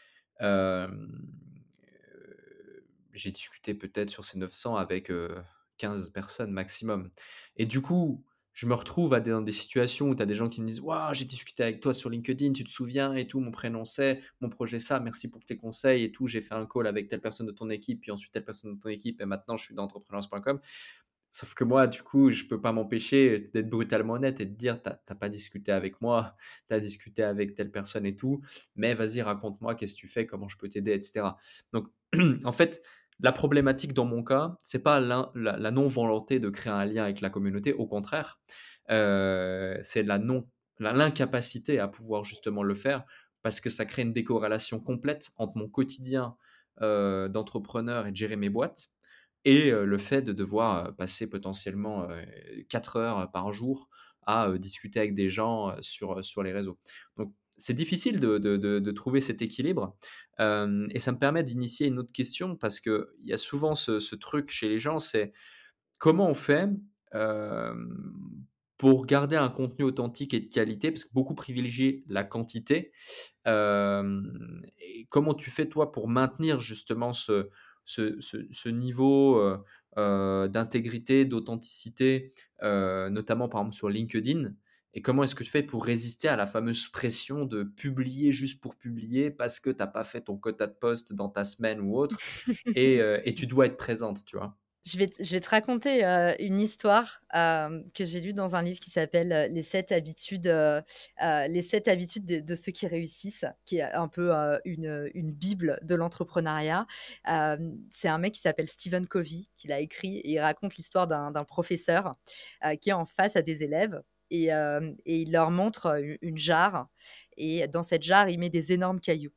Hem, heu, j'ai discuté peut-être sur ces neuf cents avec, heu, quinze personnes maximum et du coup, je me retrouve à des dans des situations où tu as des gens qui me disent: «Waouh, j'ai discuté avec toi sur LinkedIn, tu te souviens et tout, mon prénom c'est, mon projet ça, merci pour tes conseils et tout, j'ai fait un call avec telle personne de ton équipe, puis ensuite telle personne de ton équipe et maintenant je suis dans entrepreneurs point com». Sauf que moi, du coup, je peux pas m'empêcher d'être brutalement honnête et de dire: «Tu as pas discuté avec moi, tu as discuté avec telle personne et tout, mais vas-y raconte-moi, qu'est-ce que tu fais? Comment je peux t'aider?» et cetera. Donc en fait, la problématique dans mon cas, c'est pas l'in la la non-volonté de créer un lien avec la communauté, au contraire, heu, c'est la non la l'incapacité à pouvoir justement le faire parce que ça crée une décorrélation complète entre mon quotidien, heu, d'entrepreneur et de gérer mes boîtes et heu, le fait de devoir, heu, passer potentiellement, heu, quatre heures par jour à, heu, discuter avec des gens, heu, sur, sur les réseaux. Donc c'est difficile de de de de trouver cet équilibre, hem et ça me permet d'initier une autre question parce qu'il y a souvent ce ce truc chez les gens, c'est comment on fait, hem, pour garder un contenu authentique et de qualité, parce que beaucoup privilégient la quantité, hem et comment tu fais toi pour maintenir justement ce ce ce ce niveau, heu heu, d'intégrité, d'authenticité, heu, notamment par exemple sur LinkedIn? Et comment est-ce que tu fais pour résister à la fameuse pression de publier juste pour publier parce que tu as pas fait ton quota de posts dans ta semaine ou autre et heu et tu dois être présente, tu vois? Je vais te je vais te raconter, heu, une histoire, hem, que j'ai lue dans un livre qui s'appelle, heu, «Les sept habitudes, heu heu, les sept habitudes de de ceux qui réussissent», qui est un peu, heu, une, heu, une bible de l'entrepreneuriat. Hem, c'est un mec qui s'appelle Stephen Covey qui l'a écrit et il raconte l'histoire d'un d'un professeur, heu, qui est en face à des élèves et hem et il leur montre, heu, u une jarre et dans cette jarre, il met des énormes cailloux.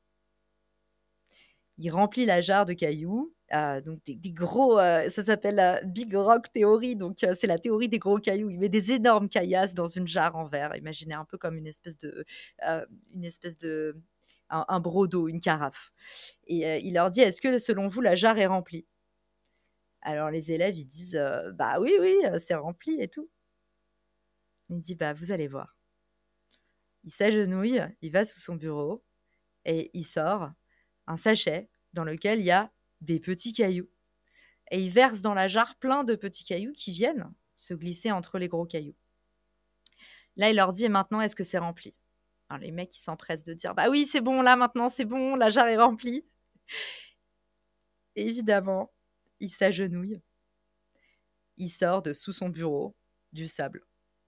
Il remplit la jarre de cailloux, heu, donc des des gros, heu, ça s'appelle, heu, Big Rock Theory, donc heu, c'est la théorie des gros cailloux. Il met des énormes caillasses dans une jarre en verre. Imaginez un peu comme une espèce de, heu, une espèce de un un broc d'eau, une carafe et heu, il leur dit: «Est-ce que selon vous la jarre est remplie?» Alors les élèves, ils disent, heu: «Bah oui, oui, heu, c'est rempli et tout». Il dit: «Bah vous allez voir». Il s'agenouille, il va sous son bureau et il sort un sachet dans lequel il y a des petits cailloux. Et il verse dans la jarre plein de petits cailloux qui viennent se glisser entre les gros cailloux. Là, il leur dit: «Et maintenant, est-ce que c'est rempli?» Alors les mecs, ils s'empressent de dire: «Bah oui, c'est bon, là, maintenant, c'est bon, la jarre est remplie». Évidemment, il s'agenouille, il sort de sous son bureau du sable.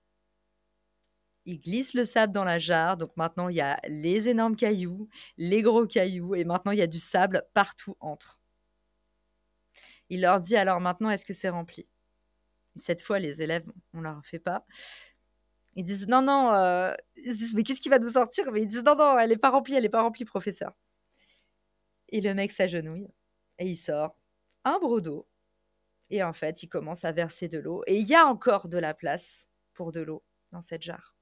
Il glisse le sable dans la jarre, donc maintenant il y a les énormes cailloux, les gros cailloux et maintenant il y a du sable partout entre. Il leur dit: «Alors maintenant, est-ce que c'est rempli?» Cette fois, les élèves, on leur fait pas. Ils disent: «Non, non», heu, ils se disent: «Mais qu'est-ce qui va nous sortir?» Mais ils disent: «Non, non, elle est pas remplie, elle est pas remplie, professeur». Et le mec s'agenouille et il sort un broc d'eau et en fait, il commence à verser de l'eau et il y a encore de la place pour de l'eau dans cette jarre.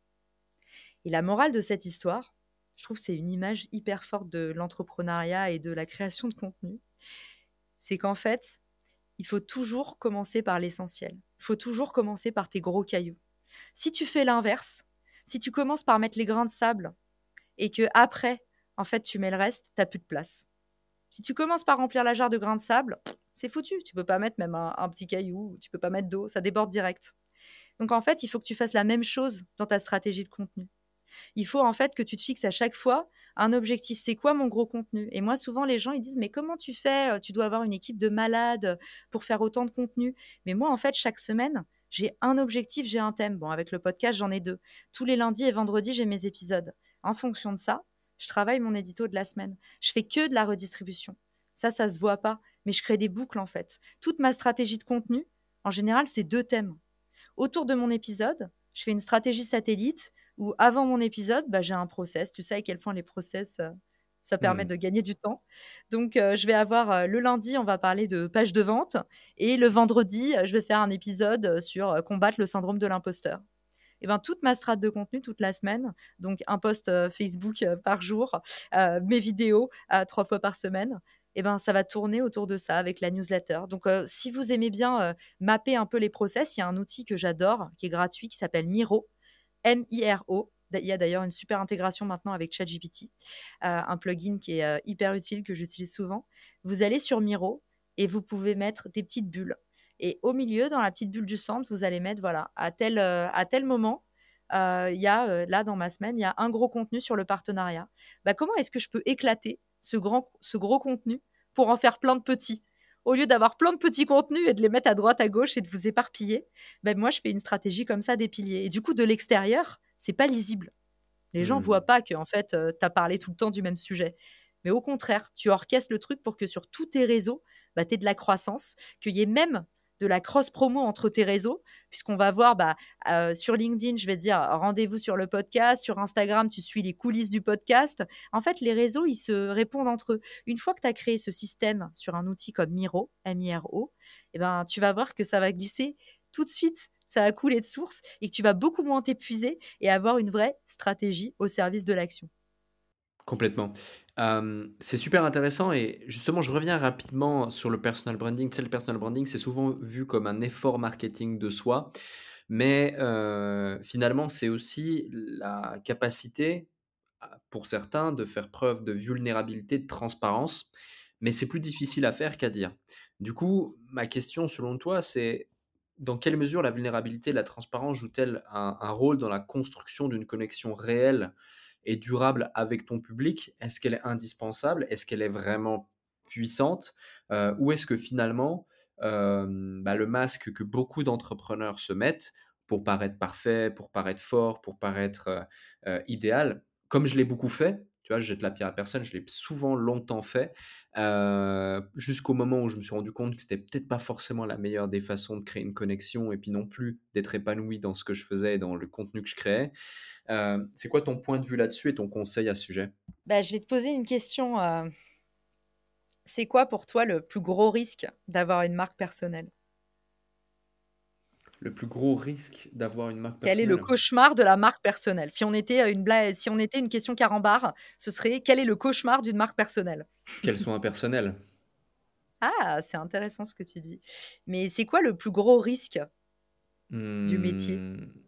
Et la morale de cette histoire, je trouve que c'est une image hyper forte de l'entrepreneuriat et de la création de contenu, c'est qu'en fait, il faut toujours commencer par l'essentiel. Il faut toujours commencer par tes gros cailloux. Si tu fais l'inverse, si tu commences par mettre les grains de sable et que après, en fait, tu mets le reste, tu as plus de place. Si tu commences par remplir la jarre de grains de sable, c'est foutu. Tu peux pas mettre même un, un petit caillou, tu peux pas mettre d'eau, ça déborde direct. Donc en fait, il faut que tu fasses la même chose dans ta stratégie de contenu. Il faut en fait que tu te fixes à chaque fois un objectif. C'est quoi mon gros contenu? Et moi, souvent, les gens, ils disent, mais comment tu fais? Tu dois avoir une équipe de malades pour faire autant de contenu. Mais moi, en fait, chaque semaine, j'ai un objectif, j'ai un thème. Bon, avec le podcast, j'en ai deux. Tous les lundis et vendredis, j'ai mes épisodes. En fonction de ça, je travaille mon édito de la semaine. Je fais que de la redistribution. Ça, ça se voit pas. Mais je crée des boucles, en fait. Toute ma stratégie de contenu, en général, c'est deux thèmes. Autour de mon épisode, je fais une stratégie satellite où avant mon épisode, bah, j'ai un process. Tu sais à quel point les process, euh, ça permet Mmh. de gagner du temps. Donc, euh, je vais avoir euh, le lundi, on va parler de page de vente. Et le vendredi, euh, je vais faire un épisode euh, sur euh, combattre le syndrome de l'imposteur. Et ben, toute ma strate de contenu toute la semaine, donc un post euh, Facebook euh, par jour, euh, mes vidéos euh, trois fois par semaine, et ben, ça va tourner autour de ça avec la newsletter. Donc, euh, si vous aimez bien euh, mapper un peu les process, il y a un outil que j'adore, qui est gratuit, qui s'appelle Miro, M I R O. Il y a d'ailleurs une super intégration maintenant avec ChatGPT, euh, un plugin qui est euh, hyper utile, que j'utilise souvent. Vous allez sur Miro et vous pouvez mettre des petites bulles. Et au milieu, dans la petite bulle du centre, vous allez mettre, voilà, à tel, euh, à tel moment, euh, il y a, euh, là, dans ma semaine, il y a un gros contenu sur le partenariat. Bah, comment est-ce que je peux éclater ce, grand, ce gros contenu pour en faire plein de petits? Au lieu d'avoir plein de petits contenus et de les mettre à droite, à gauche et de vous éparpiller, ben moi, je fais une stratégie comme ça des piliers. Et du coup, de l'extérieur, c'est pas lisible. Les gens voient Mmh. pas que en fait, euh, tu as parlé tout le temps du même sujet. Mais au contraire, tu orchestres le truc pour que sur tous tes réseaux, bah, tu aies de la croissance, qu'il y ait même de la cross-promo entre tes réseaux, puisqu'on va voir bah, euh, sur LinkedIn, je vais dire rendez-vous sur le podcast, sur Instagram, tu suis les coulisses du podcast. En fait, les réseaux, ils se répondent entre eux. Une fois que tu as créé ce système sur un outil comme Miro, M I R O, eh ben, tu vas voir que ça va glisser tout de suite, ça va couler de source et que tu vas beaucoup moins t'épuiser et avoir une vraie stratégie au service de l'action. Complètement. Hem, c'est super intéressant et justement, je reviens rapidement sur le personal branding. Tu sais, le personal branding, c'est souvent vu comme un effort marketing de soi. Mais heu, finalement, c'est aussi la capacité, à pour certains, de faire preuve de vulnérabilité, de transparence, mais c'est plus difficile à faire qu'à dire. Du coup, ma question selon toi, c'est dans quelle mesure la vulnérabilité, la transparence jouent-elles un un rôle dans la construction d'une connexion réelle et durable avec ton public? Est-ce qu'elle est indispensable? Est-ce qu'elle est vraiment puissante? Heu, ou est-ce que finalement, hem, bah, le masque que beaucoup d'entrepreneurs se mettent pour paraître parfait, pour paraître fort, pour paraître, heu heu, idéal, comme je l'ai beaucoup fait, tu vois? Je jette la pierre à personne, je l'ai souvent longtemps fait, heu, jusqu'au moment où je me suis rendu compte que c'était peut-être pas forcément la meilleure des façons de créer une connexion et puis non plus d'être épanoui dans ce que je faisais et dans le contenu que je créais. Heu, c'est quoi ton point de vue là-dessus et ton conseil à ce sujet? Bah, je vais te poser une question, heu, c'est quoi pour toi le plus gros risque d'avoir une marque personnelle? Le plus gros risque d'avoir une marque Quel est le personnelle? cauchemar de la marque personnelle? Si on était, heu, une bla si on était une question carambar, ce serait: «Quel est le cauchemar d'une marque personnelle?» Qu'elle soit impersonnelle? Ah! C'est intéressant ce que tu dis. Mais c'est quoi le plus gros risque du métier? Mmh,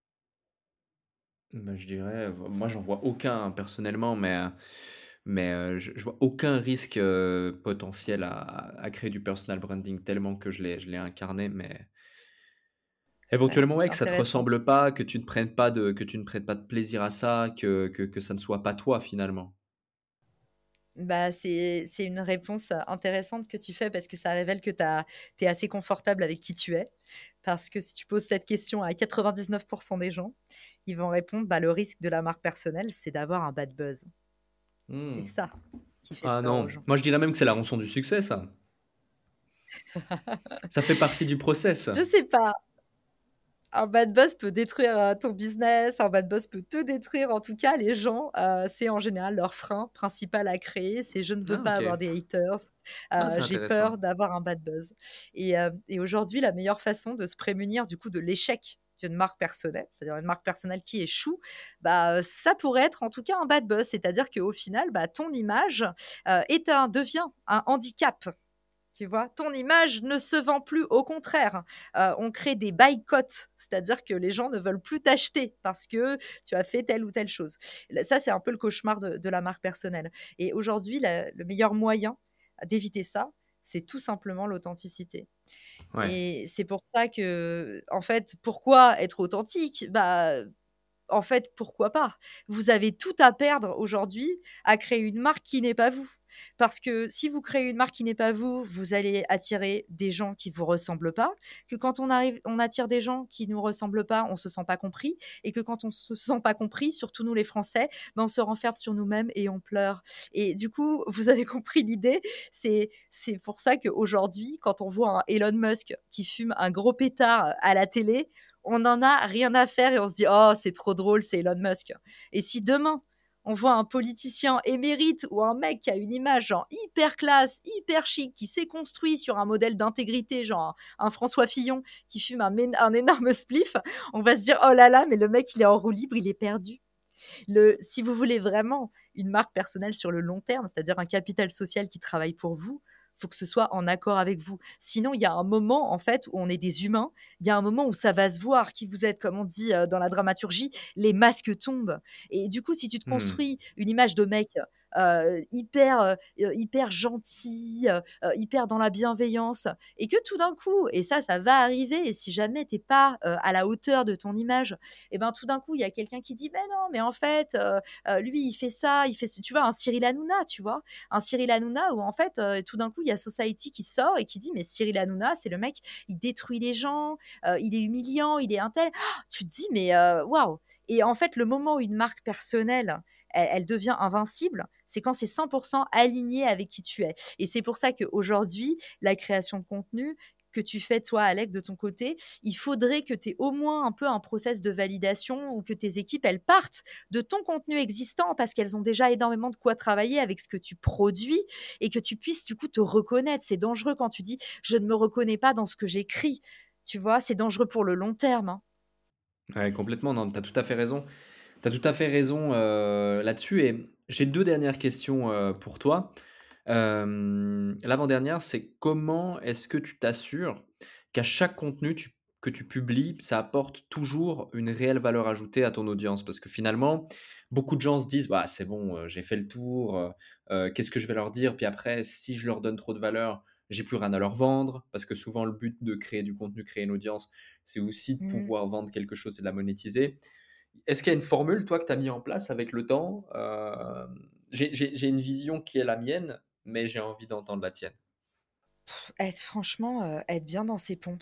bah, je dirais, v moi j'en vois aucun hein, personnellement, mais heu mais heu, je je vois aucun risque, heu, potentiel à à créer du personal branding tellement que je l'ai je l'ai incarné, mais Ouais, éventuellement, ouais, c'est que ça te intéressant. ressemble pas, que tu ne prennes pas de que tu ne prêtes pas de plaisir à ça, que que que ça ne soit pas toi finalement. Bah, c'est c'est une réponse, heu, intéressante que tu fais parce que ça révèle que tu es assez confortable avec qui tu es. Parce que si tu poses cette question à quatre-vingt-dix-neuf des gens, ils vont répondre: «Bah, le risque de la marque personnelle, c'est d'avoir un bad buzz». C'est Mmh. ça qui fait Ah peur aux non, gens. moi je dirais même que c'est la rançon du succès ça. Ça fait partie du process. Je sais pas. Un bad buzz peut détruire, heu, ton business, un bad buzz peut te détruire. En tout cas, les gens, heu, c'est en général leur frein principal à créer, c'est: «Je ne veux Ah pas OK. avoir des haters, Ah, heu, c'est j'ai intéressant. peur d'avoir un bad buzz» et hem et aujourd'hui, la meilleure façon de se prémunir du coup de l'échec d'une marque personnelle, c'est-à-dire une marque personnelle qui échoue, bah, heu, ça pourrait être en tout cas un bad buzz. C'est-à-dire qu'au final, bah, ton image, heu, est un devient un handicap. Tu vois? Ton image ne se vend plus, au contraire, heu, on crée des boycotts, c'est-à-dire que les gens ne veulent plus t'acheter parce que tu as fait telle ou telle chose. Là, ça, c'est un peu le cauchemar de de la marque personnelle et aujourd'hui, la le meilleur moyen d'éviter ça, c'est tout simplement l'authenticité Ouais. et c'est pour ça que, en fait, pourquoi être authentique? Bah, en fait, pourquoi pas? Vous avez tout à perdre aujourd'hui à créer une marque qui n'est pas vous. Parce que si vous créez une marque qui n'est pas vous, vous allez attirer des gens qui vous ressemblent pas, que quand on arrive on attire des gens qui nous ressemblent pas, on se sent pas compris et que quand on se sent pas compris, surtout nous les Français, ben, on se renferme sur nous-mêmes et on pleure et du coup, vous avez compris l'idée, c'est c'est pour ça qu'aujourd'hui, quand on voit un Elon Musk qui fume un gros pétard à la télé, on en a rien à faire et on se dit: «Oh, c'est trop drôle, c'est Elon Musk» et si demain, on voit un politicien émérite ou un mec qui a une image genre hyper classe, hyper chic, qui s'est construit sur un modèle d'intégrité, genre un un François Fillon qui fume un mén un énorme spliff, on va se dire: «Oh là là, mais le mec, il est en roue libre, il est perdu». Le si vous voulez vraiment une marque personnelle sur le long terme, c'est-à-dire un capital social qui travaille pour vous, faut que ce soit en accord avec vous. Sinon, il y a un moment, en fait, où on est des humains, il y a un moment où ça va se voir qui vous êtes, comme on dit, heu, dans la dramaturgie, les masques tombent et du coup, si tu te Mmh. construis une image de mec, heu, hyper, heu heu, hyper gentil, heu heu, hyper dans la bienveillance et que tout d'un coup et ça, ça va arriver et si jamais tu es pas, heu, à la hauteur de ton image et ben, tout d'un coup, il y a quelqu'un qui dit: «Mais non, mais en fait, heu heu, lui, il fait ça, il fait ce» tu vois? Un Cyril Hanouna, tu vois? Un Cyril Hanouna où en fait, heu, tout d'un coup, il y a Society qui sort et qui dit: «Mais Cyril Hanouna, c'est le mec, il détruit les gens, heu, il est humiliant, il est un tel». Tu te dis: «Mais heu, waouh» et en fait, le moment où une marque personnelle, elle elle devient invincible, c'est quand c'est cent pour cent aligné avec qui tu es et c'est pour ça qu'aujourd'hui, la création de contenu que tu fais toi, Alec, de ton côté, il faudrait que tu aies au moins un peu un process de validation ou que tes équipes, elles partent de ton contenu existant parce qu'elles ont déjà énormément de quoi travailler avec ce que tu produis et que tu puisses du coup te reconnaître. C'est dangereux quand tu dis: «Je ne me reconnais pas dans ce que j'écris». Tu vois? C'est dangereux pour le long terme, hein. Ouais, complètement, non, tu as tout à fait raison. Tu as tout à fait raison, heu, là-dessus et j'ai deux dernières questions, heu, pour toi. Hem, l'avant-dernière, c'est comment est-ce que tu t'assures qu'à chaque contenu, tu que tu publies, ça apporte toujours une réelle valeur ajoutée à ton audience? Parce que finalement, beaucoup de gens se disent: «Bah, c'est bon, heu, j'ai fait le tour, heu heu, qu'est-ce que je vais leur dire? Puis après, si je leur donne trop de valeur, j'ai plus rien à leur vendre». Parce que souvent, le but de créer du contenu, créer une audience, c'est aussi de Mmh. pouvoir vendre quelque chose et de la monétiser. Est-ce qu'il y a une formule, toi, que tu as mis en place avec le temps? Hem, j'ai j'ai j'ai une vision qui est la mienne, mais j'ai envie d'entendre la tienne. Être franchement, heu, être bien dans ses pompes.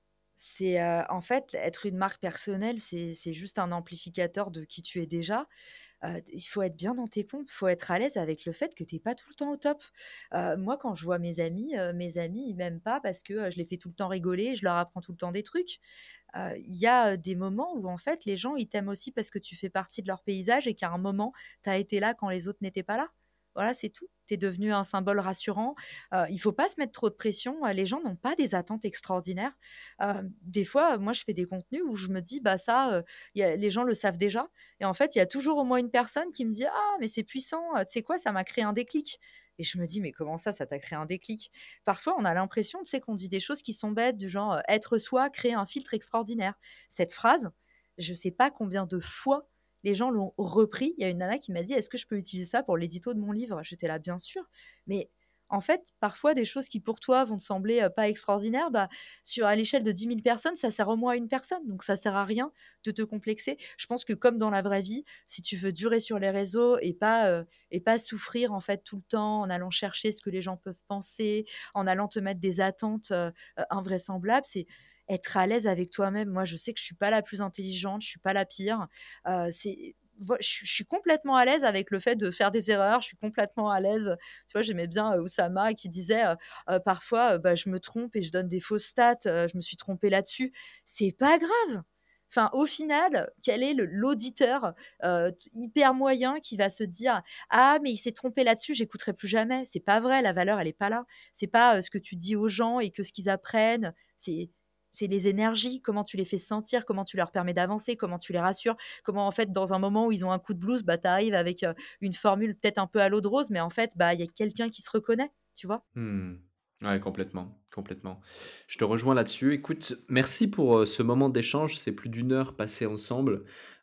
C'est, heu, en fait, être une marque personnelle, c'est c'est juste un amplificateur de qui tu es déjà. Heu, il faut être bien dans tes pompes, il faut être à l'aise avec le fait que tu es pas tout le temps au top. Heu, moi, quand je vois mes amis, heu, mes amis, ils m'aiment pas parce que, heu, je les fais tout le temps rigoler, je leur apprends tout le temps des trucs. Heu, il y a, heu, des moments où en fait, les gens, ils t'aiment aussi parce que tu fais partie de leur paysage et qu'à un moment, tu as été là quand les autres n'étaient pas là. Voilà, c'est tout. Tu es devenu un symbole rassurant. Heu, il faut pas se mettre trop de pression, heu, les gens n'ont pas des attentes extraordinaires. Hem, des fois, moi, je fais des contenus où je me dis: «Bah, ça, heu, il y a les gens le savent déjà». Et en fait, il y a toujours au moins une personne qui me dit: «Ah, mais c'est puissant, heu, tu sais quoi? Ça m'a créé un déclic». Et je me dis: «Mais comment ça, ça t'a créé un déclic?» Parfois, on a l'impression, tu sais, qu'on dit des choses qui sont bêtes, du genre, heu: «Être soi crée un filtre extraordinaire». Cette phrase, je sais pas combien de fois les gens l'ont repris. Il y a une nana qui m'a dit: «Est-ce que je peux utiliser ça pour l'édito de mon livre?» J'étais là: «Bien sûr». Mais en fait, parfois, des choses qui pour toi vont te sembler, heu, pas extraordinaires, bah, sur à l'échelle de dix mille personnes, ça sert au moins à une personne. Donc ça sert à rien de te complexer. Je pense que comme dans la vraie vie, si tu veux durer sur les réseaux et pas, heu et pas souffrir en fait tout le temps en allant chercher ce que les gens peuvent penser, en allant te mettre des attentes, heu heu, invraisemblables, c'est être à l'aise avec toi-même. Moi, je sais que je suis pas la plus intelligente, je suis pas la pire, heu, c'est voi je suis je suis complètement à l'aise avec le fait de faire des erreurs, je suis complètement à l'aise. Tu vois, j'aimais bien, heu, Oussama qui disait, heu heu, parfois, heu, bah, je me trompe et je donne des fausses stats, heu, je me suis trompé là-dessus. C'est pas grave! Enfin, au final, quel est le l'auditeur, heu, t hyper moyen qui va se dire: «Ah mais il s'est trompé là-dessus, j'écouterai plus jamais». C'est pas vrai, la valeur elle est pas là. C'est pas, heu, ce que tu dis aux gens et que ce qu'ils apprennent, c'est c'est les énergies, comment tu les fais sentir, comment tu leur permets d'avancer, comment tu les rassures, comment en fait dans un moment où ils ont un coup de blues, bah, tu arrives avec, heu, une formule peut-être un peu à l'eau de rose, mais en fait, bah, il y a quelqu'un qui se reconnaît, tu vois? Mmh. Ouais, complètement, complètement. Je te rejoins là-dessus. Écoute, merci pour, heu, ce moment d'échange. C'est plus d'une heure passée ensemble.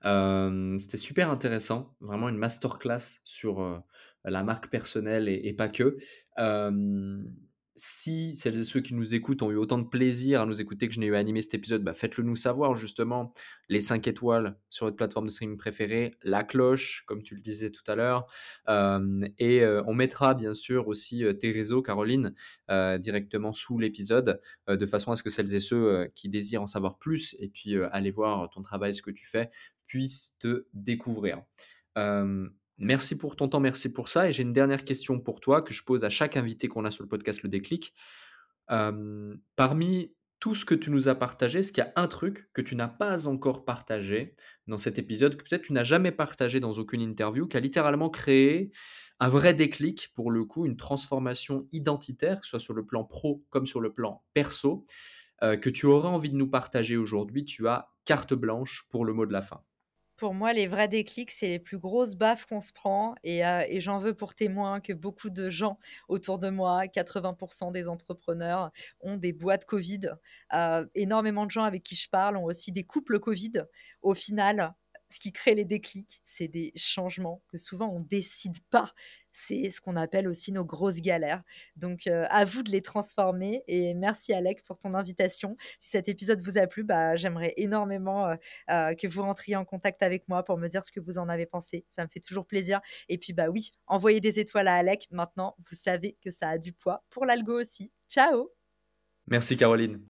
Hem, c'était super intéressant, vraiment une masterclass sur, heu, la marque personnelle et et pas que. Hem, Si celles et ceux qui nous écoutent ont eu autant de plaisir à nous écouter que je n'ai eu à animer cet épisode, bah, faites-le nous savoir justement. Les cinq étoiles sur votre plateforme de streaming préférée, la cloche, comme tu le disais tout à l'heure. Hem et heu, on mettra bien sûr aussi, heu, tes réseaux Caroline, heu, directement sous l'épisode, heu, de façon à ce que celles et ceux, heu, qui désirent en savoir plus et puis, heu, aller voir ton travail, ce que tu fais, puissent te découvrir. Hem, Merci pour ton temps, merci pour ça et j'ai une dernière question pour toi que je pose à chaque invité qu'on a sur le podcast Le Déclic. Hem, parmi tout ce que tu nous as partagé, est-ce qu'il y a un truc que tu n'as pas encore partagé dans cet épisode, que peut-être tu n'as jamais partagé dans aucune interview, qui a littéralement créé un vrai déclic, pour le coup, une transformation identitaire, que ce soit sur le plan pro comme sur le plan perso, heu, que tu aurais envie de nous partager aujourd'hui? Tu as carte blanche pour le mot de la fin. Pour moi, les vrais déclics, c'est les plus grosses baffes qu'on se prend et heu et j'en veux pour témoin que beaucoup de gens autour de moi, quatre-vingts des entrepreneurs ont des boîtes Covid. Heu, énormément de gens avec qui je parle ont aussi des couples Covid. Au final, ce qui crée les déclics, c'est des changements que souvent on décide pas. C'est ce qu'on appelle aussi nos grosses galères. Donc, heu, à vous de les transformer et merci Alec pour ton invitation. Si cet épisode vous a plu, bah, j'aimerais énormément, heu heu, que vous rentriez en contact avec moi pour me dire ce que vous en avez pensé. Ça me fait toujours plaisir. Et puis, bah oui, envoyez des étoiles à Alec. Maintenant, vous savez que ça a du poids pour l'algo aussi. Ciao! Merci Caroline.